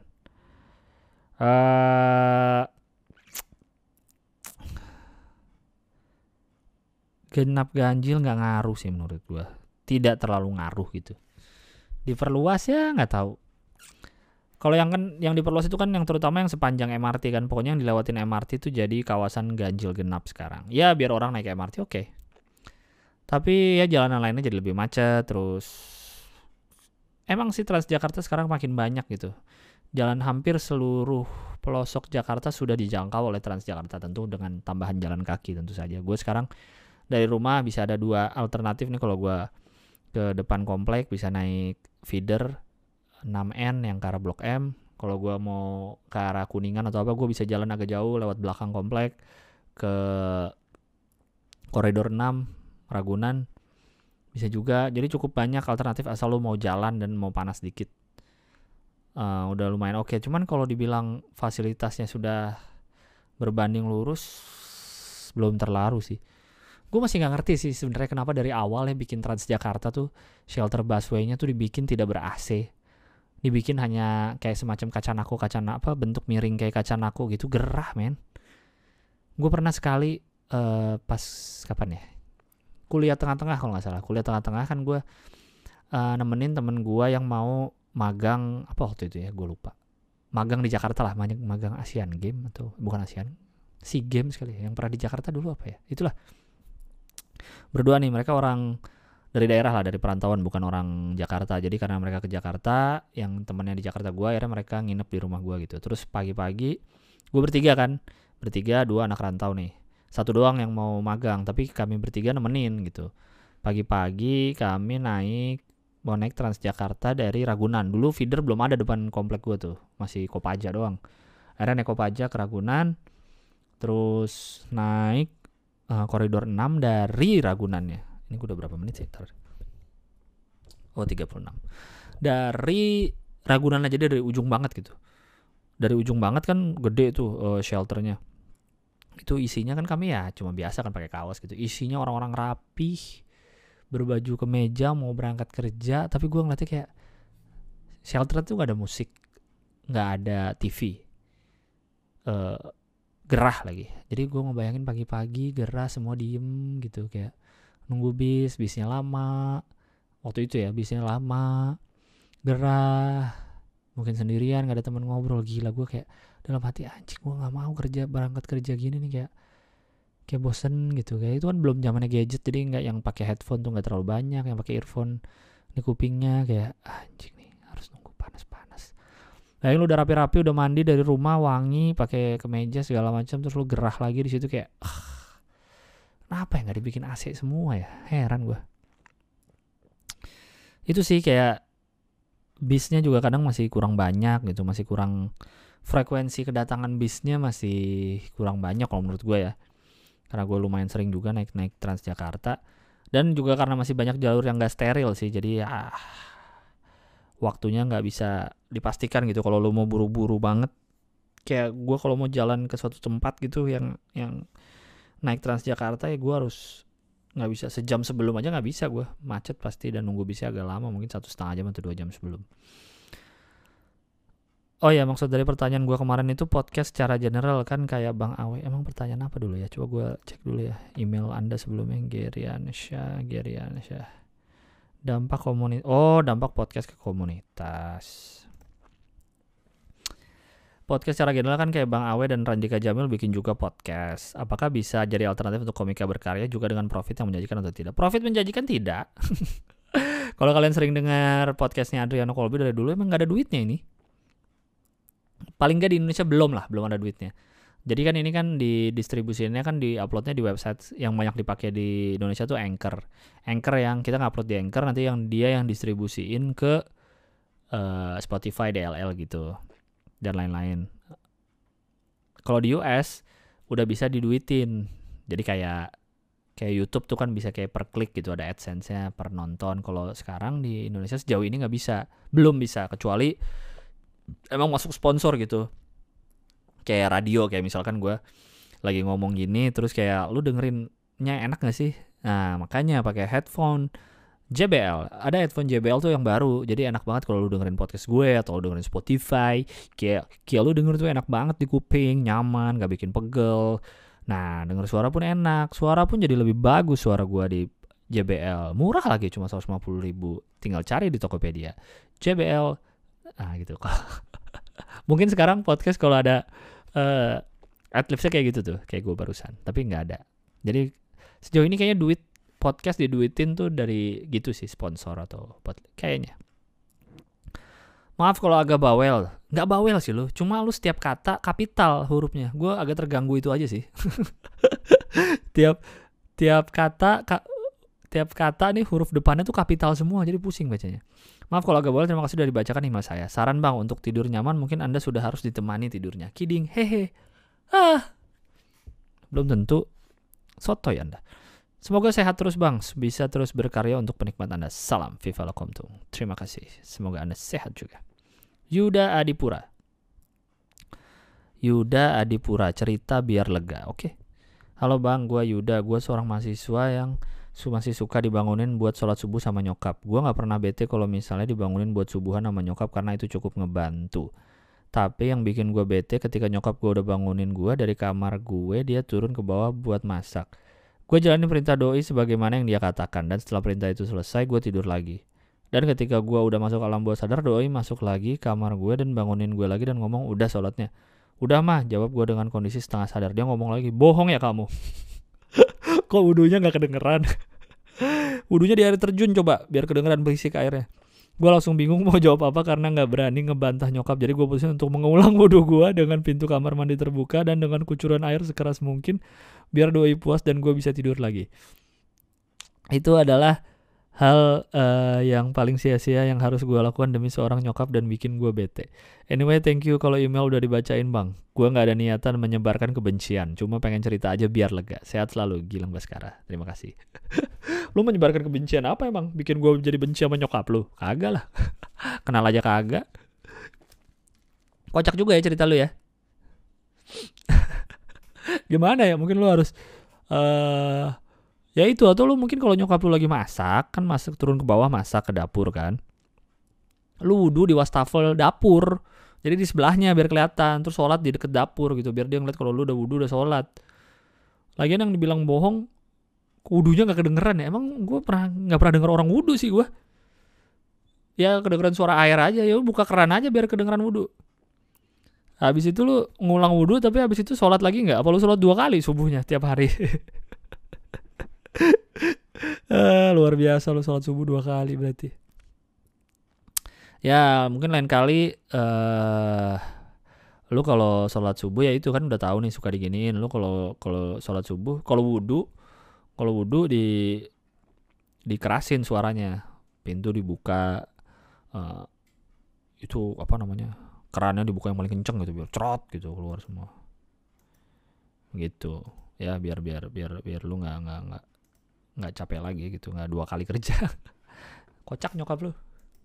Genap ganjil gak ngaruh sih menurut gue. Tidak terlalu ngaruh gitu. Diperluas ya nggak tahu. Kalau yang diperluas itu kan yang terutama yang sepanjang MRT kan, pokoknya yang dilewatin MRT itu jadi kawasan ganjil genap sekarang. Ya biar orang naik MRT oke. Tapi ya jalanan lainnya jadi lebih macet, terus emang sih Transjakarta sekarang makin banyak gitu. Jalan hampir seluruh pelosok Jakarta sudah dijangkau oleh Transjakarta, tentu dengan tambahan jalan kaki tentu saja. Gue sekarang dari rumah bisa ada 2 alternatif nih. Kalau gue ke depan komplek bisa naik feeder 6N yang ke arah Blok M. Kalau gue mau ke arah Kuningan atau apa, gue bisa jalan agak jauh lewat belakang komplek ke Koridor 6 Ragunan. Bisa juga. Jadi cukup banyak alternatif asal lo mau jalan dan mau panas dikit. Udah lumayan oke. Cuman kalau dibilang fasilitasnya sudah berbanding lurus, belum terlalu sih. Gue masih nggak ngerti sih sebenarnya kenapa dari awal ya bikin Transjakarta tuh shelter busway-nya tuh dibikin tidak ber-AC. Dibikin hanya kayak semacam kaca naku, bentuk miring kayak kaca naku gitu, gerah men. Gue pernah sekali pas kapan ya? Kuliah tengah-tengah kalau nggak salah. Kuliah tengah-tengah kan gue nemenin temen gue yang mau magang apa waktu itu ya, gue lupa. Magang di Jakarta lah, magang Asian Game atau bukan Asian, SEA Games kali ya. Yang pernah di Jakarta dulu apa ya? Itulah. Berdua nih, mereka orang dari daerah lah, dari perantauan, bukan orang Jakarta. Jadi karena mereka ke Jakarta, yang temannya di Jakarta gue, akhirnya mereka nginep di rumah gue gitu. Terus pagi-pagi gue bertiga 2 anak rantau nih. 1 doang yang mau magang, tapi kami bertiga nemenin gitu. Pagi-pagi kami mau naik Transjakarta dari Ragunan. Dulu feeder belum ada depan komplek gue tuh, masih Kopaja doang. Akhirnya naik Kopaja ke Ragunan, terus naik koridor 6 dari Ragunannya. Ini gue udah berapa menit sih? 36. Dari Ragunan aja, dari ujung banget gitu. Dari ujung banget kan gede tuh shelternya. Itu isinya kan kami ya cuma biasa kan pakai kaos gitu. Isinya orang-orang rapih, berbaju kemeja mau berangkat kerja. Tapi gue ngeliatnya kayak shelter tuh gak ada musik, gak ada TV, gerah lagi. Jadi gue ngebayangin pagi-pagi gerah, semua diem gitu, kayak nunggu bisnya lama. Waktu itu ya bisnya lama, gerah, mungkin sendirian, gak ada teman ngobrol. Gila, gue kayak dalam hati, anjing gue gak mau berangkat kerja gini nih, kayak bosen gitu. Kayak itu kan belum zamannya gadget, jadi nggak, yang pakai headphone tuh nggak terlalu banyak, yang pakai earphone di kupingnya. Kayak anjing nih, harus nunggu panas. Nah, lu udah rapi-rapi, udah mandi dari rumah, wangi, pakai kemeja segala macam, terus lu gerah lagi di situ kayak kenapa ya nggak dibikin AC semua ya? Heran gue. Itu sih, kayak bisnya juga kadang masih kurang banyak gitu, masih kurang, frekuensi kedatangan bisnya masih kurang banyak kalau menurut gue ya. Karena gue lumayan sering juga naik Transjakarta, dan juga karena masih banyak jalur yang gak steril sih. Jadi ya waktunya gak bisa dipastikan gitu kalau lo mau buru-buru banget. Kayak gue kalau mau jalan ke suatu tempat gitu yang naik Transjakarta, ya gue harus, gak bisa sejam sebelum aja, gak bisa gue, macet pasti, dan nunggu bisnya agak lama, mungkin 1,5 jam atau 2 jam sebelum. Oh ya, maksud dari pertanyaan gue kemarin itu podcast secara general kan kayak Bang Awe. Emang pertanyaan apa dulu ya? Coba gue cek dulu ya email Anda sebelumnya. Geriansyah. Dampak podcast ke komunitas. Podcast secara general kan kayak Bang Awe dan Randika Jamil bikin juga podcast. Apakah bisa jadi alternatif untuk komika berkarya juga dengan profit yang menjanjikan atau tidak? Profit menjanjikan tidak. Kalau kalian sering dengar podcastnya Adriano Colby dari dulu, emang gak ada duitnya ini. Paling nggak di Indonesia belum ada duitnya. Jadi kan ini kan di distribusinya kan di uploadnya di website yang banyak dipakai di Indonesia tuh Anchor yang kita ngupload di Anchor, nanti yang distribusiin ke Spotify, DLL gitu dan lain-lain. Kalau di US udah bisa diduitin. Jadi kayak YouTube tuh kan bisa kayak per klik gitu, ada AdSense-nya per nonton. Kalau sekarang di Indonesia sejauh ini belum bisa, kecuali emang masuk sponsor gitu, kayak radio, kayak misalkan gue lagi ngomong gini terus kayak lu dengerinnya enak gak sih, nah makanya pakai headphone JBL. Ada headphone JBL tuh yang baru, jadi enak banget kalau lu dengerin podcast gue atau lu dengerin Spotify, kayak lu denger tuh enak banget di kuping, nyaman, gak bikin pegel. Nah, denger suara pun enak, suara pun jadi lebih bagus suara gue di JBL. Murah lagi, cuma 150.000, tinggal cari di Tokopedia JBL. Nah gitu. Mungkin sekarang podcast kalau ada adlibsnya kayak gitu tuh, kayak gue barusan, tapi nggak ada. Jadi sejauh ini kayaknya podcast diduitin tuh dari gitu sih, sponsor atau kayaknya. Maaf kalau agak bawel. Nggak bawel sih lu, cuma lu setiap kata kapital hurufnya. Gue agak terganggu itu aja sih. tiap tiap kata tiap kata nih huruf depannya tuh kapital semua, jadi pusing bacanya. Maaf kalau agak bawel, terima kasih sudah dibacakan email saya. Saran bang, untuk tidur nyaman mungkin Anda sudah harus ditemani tidurnya. Kidding, hehe. Belum tentu, sotoy Anda. Semoga sehat terus bang, bisa terus berkarya untuk penikmat Anda. Salam, Viva la Komtung. Terima kasih, semoga Anda sehat juga. Yuda Adipura, cerita biar lega. Oke. Halo bang, gue Yuda, gue seorang mahasiswa yang masih suka dibangunin buat sholat subuh sama nyokap. Gue gak pernah bete kalau misalnya dibangunin buat subuhan sama nyokap karena itu cukup ngebantu. Tapi yang bikin gue bete ketika nyokap gue udah bangunin gue dari kamar gue, dia turun ke bawah buat masak. Gue jalanin perintah doi sebagaimana yang dia katakan, dan setelah perintah itu selesai gue tidur lagi. Dan ketika gue udah masuk alam bawah sadar, doi masuk lagi kamar gue dan bangunin gue lagi dan ngomong, udah sholatnya. Udah mah, jawab gue dengan kondisi setengah sadar. Dia ngomong lagi, bohong ya kamu. Kok wudunya gak kedengeran? Wudunya di air terjun coba, biar kedengeran berisik airnya. Gue langsung bingung mau jawab apa karena gak berani ngebantah nyokap. Jadi gue putusin untuk mengulang wudu gue dengan pintu kamar mandi terbuka dan dengan kucuran air sekeras mungkin, biar doi puas dan gue bisa tidur lagi. Itu adalah hal yang paling sia-sia yang harus gue lakukan demi seorang nyokap dan bikin gue bete. Anyway, thank you kalau email udah dibacain bang. Gue gak ada niatan menyebarkan kebencian, cuma pengen cerita aja biar lega. Sehat selalu, Gilang Baskara. Terima kasih. Lu menyebarkan kebencian apa emang? Bikin gue jadi benci sama nyokap lu? Kagak lah. Kenal aja kagak. Kocak juga ya cerita lu ya. Gimana ya, mungkin lu harus ya itu, atau lu mungkin kalau nyokap lu lagi masak, kan masak turun ke bawah masak ke dapur kan, lu wudu di wastafel dapur, jadi di sebelahnya biar kelihatan, terus sholat di deket dapur gitu, biar dia ngeliat kalau lu udah wudu udah sholat. Lagian yang dibilang bohong, wudunya nggak kedengeran ya, emang gue nggak pernah denger orang wudu sih gue. Ya kedengeran suara air aja, ya buka keran aja biar kedengeran wudu. Habis itu lu ngulang wudu, tapi habis itu sholat lagi nggak? Apa lu sholat 2 kali subuhnya tiap hari? Luar biasa lu sholat subuh 2 kali berarti. Ya mungkin lain kali lu kalau sholat subuh ya itu kan udah tahu nih suka diginiin. Lu kalau sholat subuh, kalau wudu dikerasin suaranya, pintu dibuka, itu apa namanya, kerannya dibuka yang paling kenceng gitu biar cerot gitu keluar semua gitu ya, biar lu nggak capek lagi gitu, nggak 2 kali kerja. Kocak nyokap lu.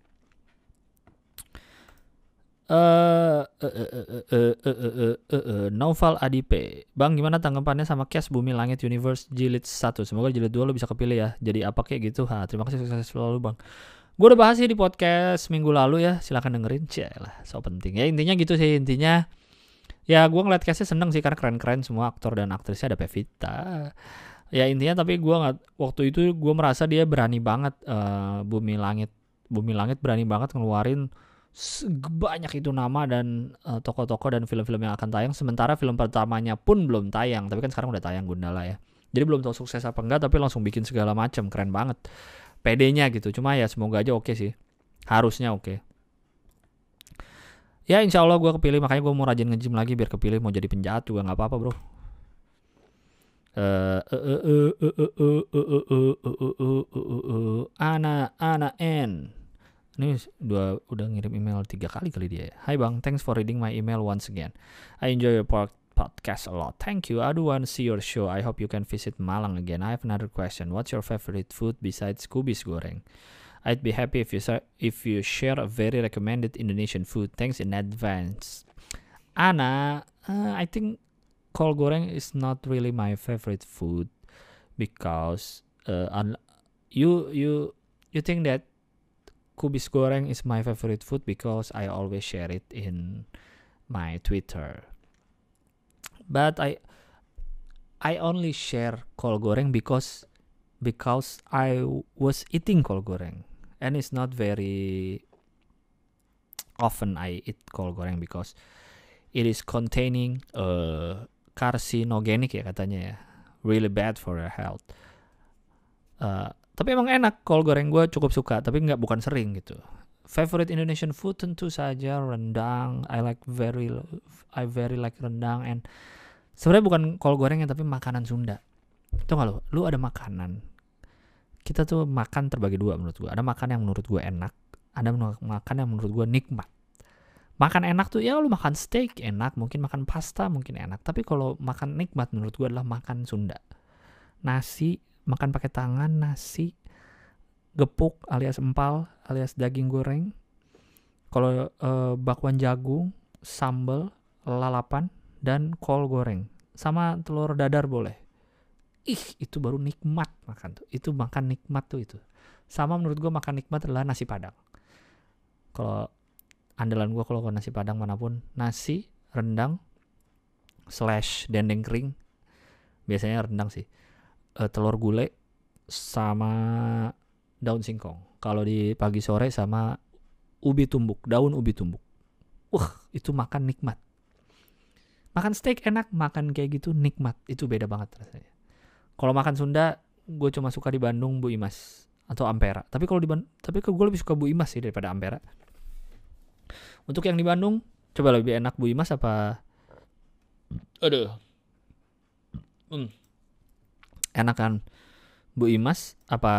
Novel Adipe, bang gimana tanggapannya sama cast Bumi Langit Universe Jilid 1? Semoga Jilid 2 lo bisa kepilih ya, jadi apa kayak gitu. Terima kasih, sukses selalu bang. Gue udah bahas sih di podcast minggu lalu ya, silakan dengerin. Cialah, so penting ya, intinya gitu sih. Intinya ya gue ngeliat castnya seneng sih karena keren-keren semua aktor dan aktrisnya. Ada Pevita ya intinya, tapi gue waktu itu gue merasa dia berani banget, Bumi Langit berani banget ngeluarin banyak itu nama dan tokoh-tokoh dan film-film yang akan tayang, sementara film pertamanya pun belum tayang, tapi kan sekarang udah tayang Gundala ya, jadi belum tahu sukses apa enggak, tapi langsung bikin segala macam, keren banget PD-nya gitu. Cuma ya semoga aja oke sih, harusnya oke. Ya insya Allah gue kepilih, makanya gue mau rajin nge-gym lagi biar kepilih. Mau jadi penjahat juga nggak apa-apa bro. Ana N. Ini udah ngirim email 3 kali dia ya. Hai bang, thanks for reading my email once again. I enjoy your podcast a lot. Thank you. I do want to see your show. I hope you can visit Malang again. I have another question. What's your favorite food besides kubis goreng? I'd be happy if you share a very recommended Indonesian food. Thanks in advance. Ana, I think kol goreng is not really my favorite food because you think that kubis goreng is my favorite food because I always share it in my Twitter. But I only share kol goreng because I was eating kol goreng, and it's not very often I eat kol goreng because it is containing carcinogenic ya katanya ya, really bad for your health. Tapi emang enak kol goreng, gue cukup suka, tapi bukan sering gitu. Favorite Indonesian food tentu saja rendang. I very like rendang. And sebenarnya bukan kol goreng tapi makanan Sunda. Tau gak lu ada makanan, kita tuh makan terbagi dua menurut gue. Ada makan yang menurut gue enak, ada makan yang menurut gue nikmat. Makan enak tuh ya lu makan steak enak, mungkin makan pasta mungkin enak. Tapi kalau makan nikmat menurut gue adalah makan Sunda. Nasi, makan pakai tangan, nasi, gepuk alias empal alias daging goreng. Kalau bakwan jagung, sambal, lalapan, dan kol goreng. Sama telur dadar boleh. Itu baru nikmat makan tuh. Itu makan nikmat tuh itu. Sama menurut gue makan nikmat adalah nasi Padang. Kalau andalan gue kalau nasi Padang manapun, nasi, rendang, / dendeng kering. Biasanya rendang sih. Telur gulai sama daun singkong. Kalau di pagi sore sama ubi tumbuk, daun ubi tumbuk. Itu makan nikmat. Makan steak enak, makan kayak gitu nikmat. Itu beda banget rasanya. Kalau makan Sunda, gue cuma suka di Bandung Bu Imas atau Ampera. Tapi kalau gue lebih suka Bu Imas sih daripada Ampera. Untuk yang di Bandung, coba lebih enak Bu Imas apa? Enak kan Bu Imas apa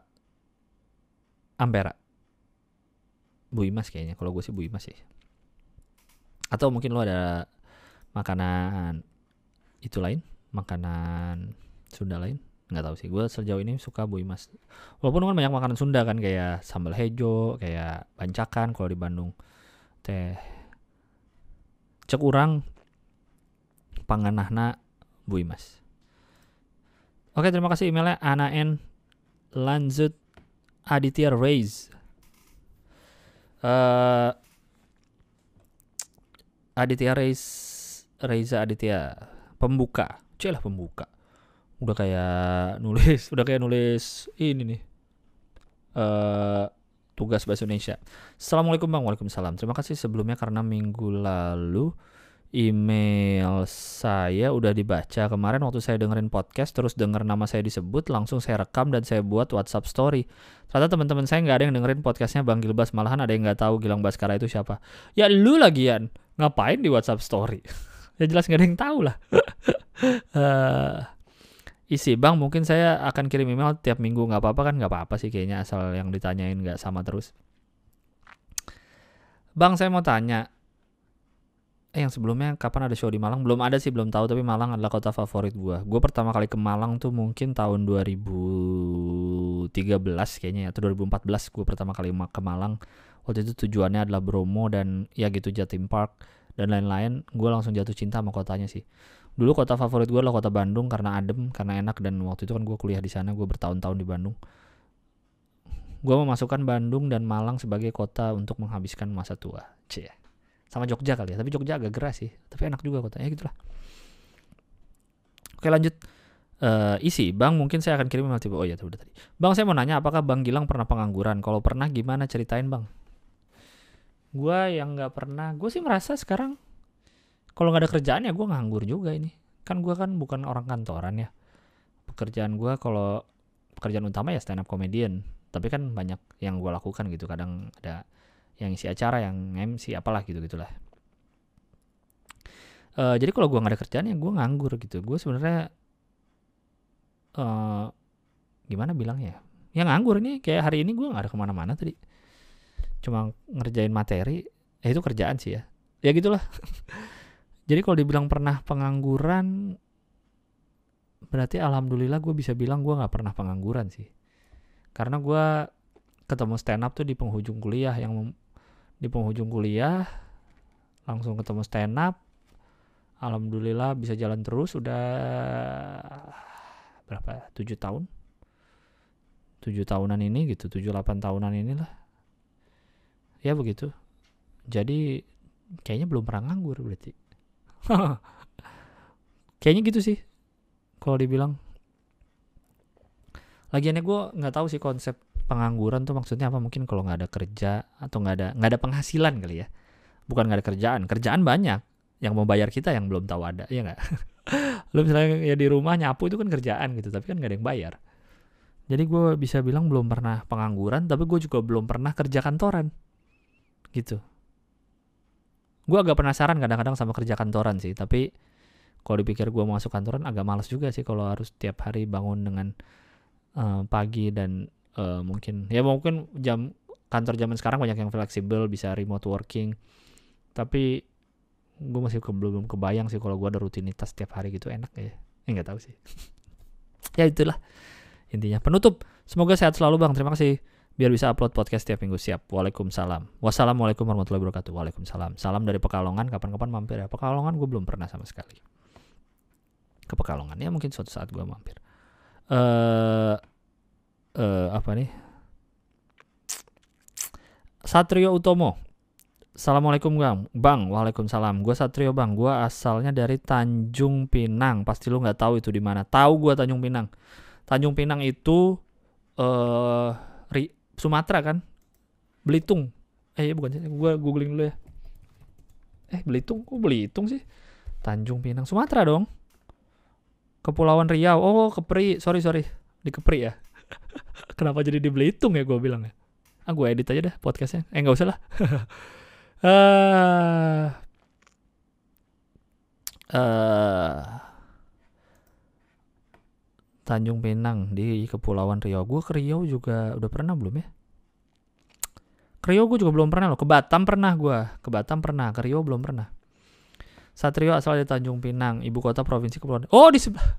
Ampera? Bu Imas kayaknya. Kalau gue sih Bu Imas sih. Atau mungkin lo ada makanan itu lain, makanan Sunda lain, nggak tahu sih. Gue sejauh ini suka Bu Imas. Walaupun kan banyak makanan Sunda kan, kayak sambal hejo, kayak bancakan kalau di Bandung. Teh cek urang panganahna Bu Imas. Oke, terima kasih emailnya Ana N. Lanjut Aditya Reyes. Aditya Reza Aditya pembuka. Pembuka. Udah kayak nulis ini nih. Tugas bahasa Indonesia. Assalamualaikum Bang. Waalaikumsalam. Terima kasih sebelumnya karena minggu lalu email saya udah dibaca. Kemarin waktu saya dengerin podcast terus denger nama saya disebut, langsung saya rekam dan saya buat WhatsApp story. Ternyata teman-teman saya nggak ada yang dengerin podcastnya Bang Gilbas, malahan ada yang nggak tahu Gilang Baskara itu siapa. Ya lu lagian ngapain di WhatsApp story? Ya jelas nggak ada yang tahu lah. Isi Bang, mungkin saya akan kirim email tiap minggu. Nggak apa-apa kan? Nggak apa-apa sih kayaknya, asal yang ditanyain nggak sama terus. Bang, saya mau tanya, yang sebelumnya kapan ada show di Malang? Belum ada sih, belum tahu. Tapi Malang adalah kota favorit gue. Gue pertama kali ke Malang tuh mungkin tahun 2013 kayaknya, atau 2014 gue pertama kali ke Malang. Waktu itu tujuannya adalah Bromo dan ya gitu, Jatim Park dan lain-lain. Gue langsung jatuh cinta sama kotanya sih. Dulu kota favorit gue adalah kota Bandung karena adem, karena enak, dan waktu itu kan gue kuliah di sana, gue bertahun-tahun di Bandung. Gue memasukkan Bandung dan Malang sebagai kota untuk menghabiskan masa tua. Sama Jogja kali ya, tapi Jogja agak geras sih, tapi enak juga kotanya, gitulah. Oke, lanjut. Isi Bang, mungkin saya akan kirim email tipe. Oh ya, udah tadi. Bang, saya mau nanya, apakah Bang Gilang pernah pengangguran? Kalau pernah, gimana, ceritain Bang. Gue yang nggak pernah. Gue sih merasa sekarang kalau nggak ada kerjaan ya gue nganggur juga ini. Kan gue kan bukan orang kantoran ya. Pekerjaan gue, kalau pekerjaan utama ya stand up comedian. Tapi kan banyak yang gue lakukan gitu. Kadang ada yang isi acara, yang MC, apalah gitu-gitulah. Jadi kalau gue nggak ada kerjaan ya gue nganggur gitu. Gue sebenarnya gimana bilangnya? Ya nganggur ini, kayak hari ini gue nggak ada kemana-mana tadi. Cuma ngerjain materi. Itu kerjaan sih ya. Ya gitulah. Jadi kalau dibilang pernah pengangguran, berarti alhamdulillah gue bisa bilang gue gak pernah pengangguran sih. Karena gue ketemu stand up tuh di penghujung kuliah. Di penghujung kuliah langsung ketemu stand up. Alhamdulillah bisa jalan terus. Udah berapa? 7 tahun? 7 tahunan ini gitu. 7-8 tahunan inilah. Ya begitu. Jadi kayaknya belum pernah nganggur berarti. Kayaknya gitu sih kalau dibilang. Lagiannya gue nggak tahu sih konsep pengangguran tuh maksudnya apa. Mungkin kalau nggak ada kerja atau nggak ada penghasilan kali ya. Bukan nggak ada kerjaan banyak yang mau bayar kita yang belum tahu ada, ya nggak? Lo misalnya ya di rumah nyapu itu kan kerjaan gitu, tapi kan nggak ada yang bayar. Jadi gue bisa bilang belum pernah pengangguran, tapi gue juga belum pernah kerja kantoran. gitu. Gue agak penasaran kadang-kadang sama kerja kantoran sih, tapi kalau dipikir gue masuk kantoran agak malas juga sih kalau harus tiap hari bangun dengan pagi dan mungkin jam kantor zaman sekarang banyak yang fleksibel, bisa remote working, tapi gue masih belum kebayang sih kalau gue ada rutinitas tiap hari gitu enak ya. Nggak tahu sih. Ya itulah intinya. Penutup, semoga sehat selalu Bang. Terima kasih. Biar bisa upload podcast tiap minggu. Siap. Waalaikumsalam. Wassalamualaikum warahmatullahi wabarakatuh. Waalaikumsalam. Salam dari Pekalongan. Kapan-kapan mampir ya. Pekalongan gue belum pernah sama sekali. Ke Pekalongan ya mungkin suatu saat gue mampir. Apa nih? Satrio Utomo. Assalamualaikum Bang. Waalaikumsalam. Gue Satrio Bang. Gue asalnya dari Tanjung Pinang. Pasti lu nggak tahu itu di mana. Tahu gue Tanjung Pinang. Tanjung Pinang itu Sumatera kan? Belitung. Bukan sih. Gue googling dulu ya. Belitung. Kok Belitung sih? Tanjung Pinang. Sumatera dong. Kepulauan Riau. Oh, Kepri. Sorry. Di Kepri ya. Kenapa jadi di Belitung ya gue bilang ya? Gue edit aja dah podcastnya. Nggak usah lah. Tanjung Pinang di Kepulauan Riau. Gue ke Riau juga udah pernah belum ya? Ke Riau gue juga belum pernah loh. Ke Batam pernah gue. Ke Riau belum pernah. Satrio asal dari Tanjung Pinang, ibu kota provinsi Kepulauan. Oh, di sebelah.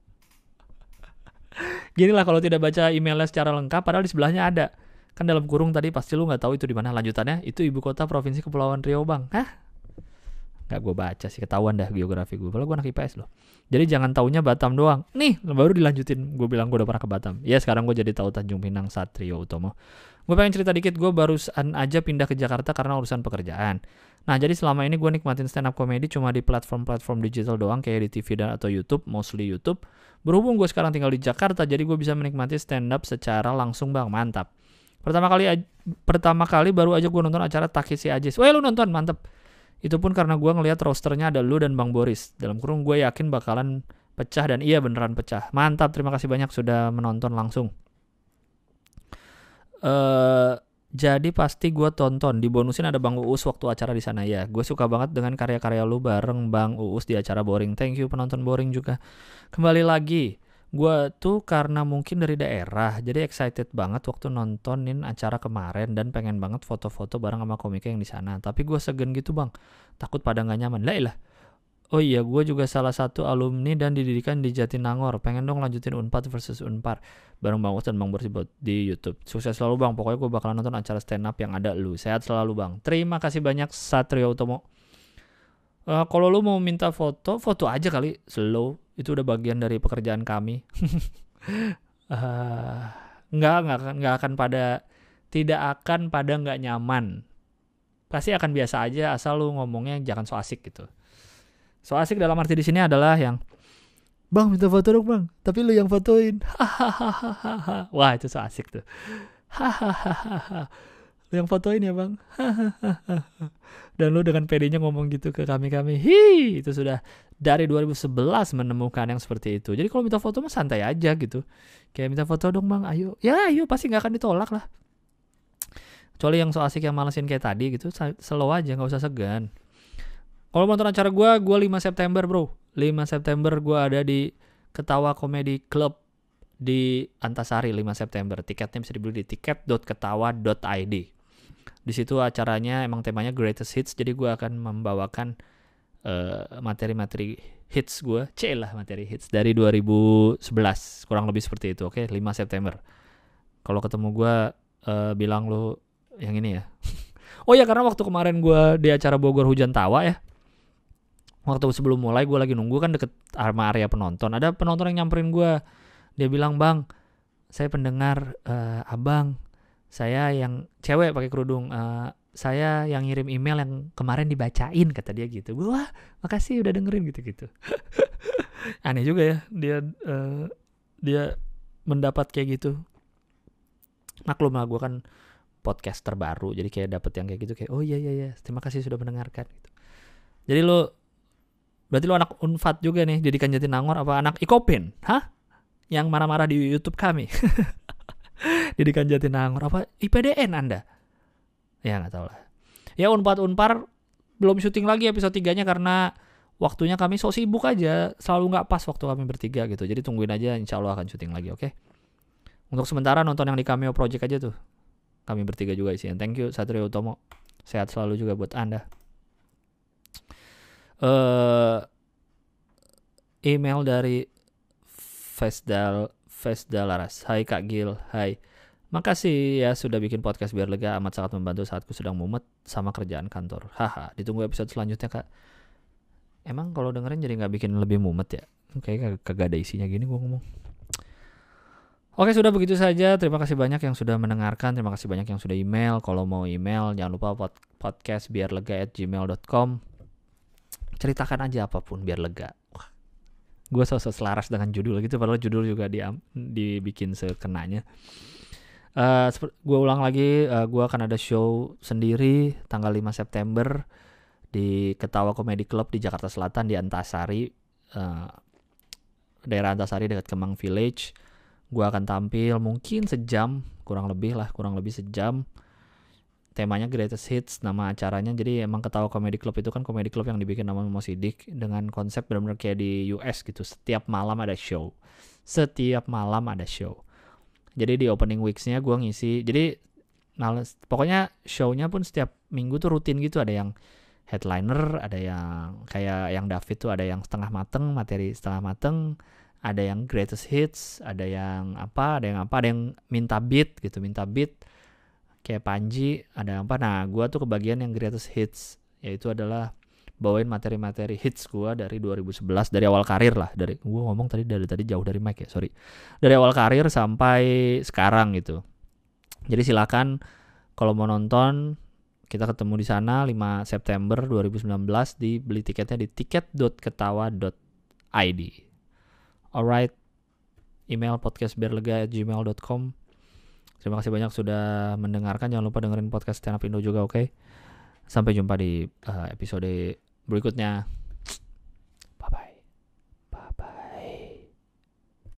Gini lah kalau tidak baca emailnya secara lengkap, padahal di sebelahnya ada. Kan dalam kurung tadi pasti lu nggak tahu itu di mana. Lanjutannya itu ibu kota provinsi Kepulauan Riau Bang. Hah? Nggak gue baca sih, ketahuan dah geografi gue. Padahal gue anak IPS loh. Jadi jangan taunya Batam doang. Nih baru dilanjutin. Gue bilang gue udah pernah ke Batam. Ya sekarang gue jadi tahu Tanjung Pinang. Satrio Utomo. Gue pengen cerita dikit. Gue barusan aja pindah ke Jakarta karena urusan pekerjaan. Nah jadi selama ini gue nikmatin stand up comedy cuma di platform-platform digital doang. Kayak di TV dan atau YouTube. Mostly YouTube. Berhubung gue sekarang tinggal di Jakarta. Jadi gue bisa menikmati stand up secara langsung Bang. Mantap. Pertama kali baru aja gue nonton acara Takeshi Ajis. Wah lu nonton, mantep. Itu pun karena gue ngelihat rosternya ada lu dan Bang Boris. Dalam kurung gue yakin bakalan pecah dan iya beneran pecah. Mantap, terima kasih banyak sudah menonton langsung. Jadi pasti gue tonton. Dibonusin ada Bang Uus waktu acara di sana ya. Gue suka banget dengan karya-karya lu bareng Bang Uus di acara Boring. Thank you penonton Boring juga. Kembali lagi. Gue tuh karena mungkin dari daerah, jadi excited banget waktu nontonin acara kemarin dan pengen banget foto-foto bareng sama komika yang di sana. Tapi gue segen gitu Bang, takut pada nggak nyaman. Lah. Oh iya, gue juga salah satu alumni dan dididikan di Jatinangor. Pengen dong lanjutin Unpad versus Unpar bareng Bang Us dan Bang Boris di YouTube. Sukses selalu Bang. Pokoknya gue bakalan nonton acara stand up yang ada lu. Sehat selalu Bang. Terima kasih banyak Satrio Utomo. Kalau lu mau minta foto aja kali, slow. Itu udah bagian dari pekerjaan kami. Nggak akan pada nggak nyaman. Pasti akan biasa aja asal lu ngomongnya jangan so asik gitu. So asik dalam arti di sini adalah yang Bang minta foto dong Bang, tapi lu yang fotoin. Wah itu so asik tuh. Lu yang fotoin ya Bang. Dan lu dengan pedenya ngomong gitu ke kami. Itu sudah dari 2011 menemukan yang seperti itu. Jadi kalau minta foto mah santai aja gitu. Kayak minta foto dong Bang, ayo. Ya ayo pasti gak akan ditolak lah. Kecuali yang so asik yang malesin kayak tadi gitu, slow aja, gak usah segan. Kalau nonton acara gue 5 September bro. 5 September gue ada di Ketawa Comedy Club di Antasari 5 September. Tiketnya bisa dibeli di tiket.ketawa.id. Di situ acaranya emang temanya Greatest Hits, jadi gue akan membawakan materi-materi hits gue, materi hits dari 2011, kurang lebih seperti itu. Oke, 5 September. Kalau ketemu gue bilang lu yang ini ya. Oh ya, karena waktu kemarin gue di acara Bogor Hujan Tawa ya, waktu sebelum mulai gue lagi nunggu kan deket sama area penonton, ada penonton yang nyamperin gue. Dia bilang, Bang, saya pendengar abang, saya yang cewek pakai kerudung, saya yang ngirim email yang kemarin dibacain, kata dia gitu. Gue, wah makasih udah dengerin gitu. Aneh juga ya dia mendapat kayak gitu. Maklum lah gue kan podcast terbaru, jadi kayak dapet yang kayak gitu, kayak oh iya terima kasih sudah mendengarkan gitu. Jadi berarti lo anak Unpad juga nih, didikan Jatinangor apa anak Ikopen? Hah? Yang marah-marah di YouTube kami. Didikan Jatinangor apa IPDN Anda? Ya nggak tahu lah. Ya Unpad belum syuting lagi episode 3-nya karena waktunya kami so sibuk aja, selalu nggak pas waktu kami bertiga gitu. Jadi tungguin aja, insya Allah akan syuting lagi, oke? Untuk sementara nonton yang di Cameo Project aja tuh. Kami bertiga juga isinya. Thank you Satrio Utomo. Sehat selalu juga buat Anda. Email dari Fesdalaras. Hai Kak Gil, hai. Makasih ya sudah bikin podcast biar lega, amat sangat membantu saat ku sedang mumet sama kerjaan kantor. Haha, ditunggu episode selanjutnya Kak. Emang kalau dengerin jadi gak bikin lebih mumet ya? Kayaknya kagak ada isinya gini gue ngomong. Oke, sudah begitu saja. Terima kasih banyak yang sudah mendengarkan. Terima kasih banyak yang sudah email. Kalau mau email jangan lupa podcastbiarlega@gmail.com. Ceritakan aja apapun biar lega. Wah, gue sosok selaras dengan judul gitu, padahal judul juga dibikin sekenanya. Gue ulang lagi, gue akan ada show sendiri tanggal 5 September di Ketawa Comedy Club di Jakarta Selatan di Antasari, daerah Antasari dekat Kemang Village. Gue akan tampil mungkin sejam, kurang lebih sejam. Temanya Greatest Hits nama acaranya. Jadi emang Ketawa Comedy Club itu kan comedy club yang dibikin sama Mo Sidik dengan konsep benar-benar kayak di US gitu. Setiap malam ada show. Jadi di opening weeks-nya gue ngisi. Jadi pokoknya show-nya pun setiap minggu tuh rutin gitu. Ada yang headliner, ada yang kayak yang David tuh ada yang materi setengah mateng, ada yang greatest hits, ada yang minta beat kayak Panji, ada yang apa. Nah, gue tuh kebagian yang greatest hits, yaitu adalah bawain materi-materi hits gue dari 2011, dari awal karir lah, dari gue ngomong tadi jauh dari mic ya, sorry, dari awal karir sampai sekarang gitu. Jadi silakan kalau mau nonton, kita ketemu di sana 5 September 2019, beli tiketnya di tiket.ketawa.id. Alright, email podcastbiarlega@gmail.com. Terima kasih banyak sudah mendengarkan. Jangan lupa dengerin podcast Stand Up Indo juga, oke? Sampai jumpa di episode berikutnya.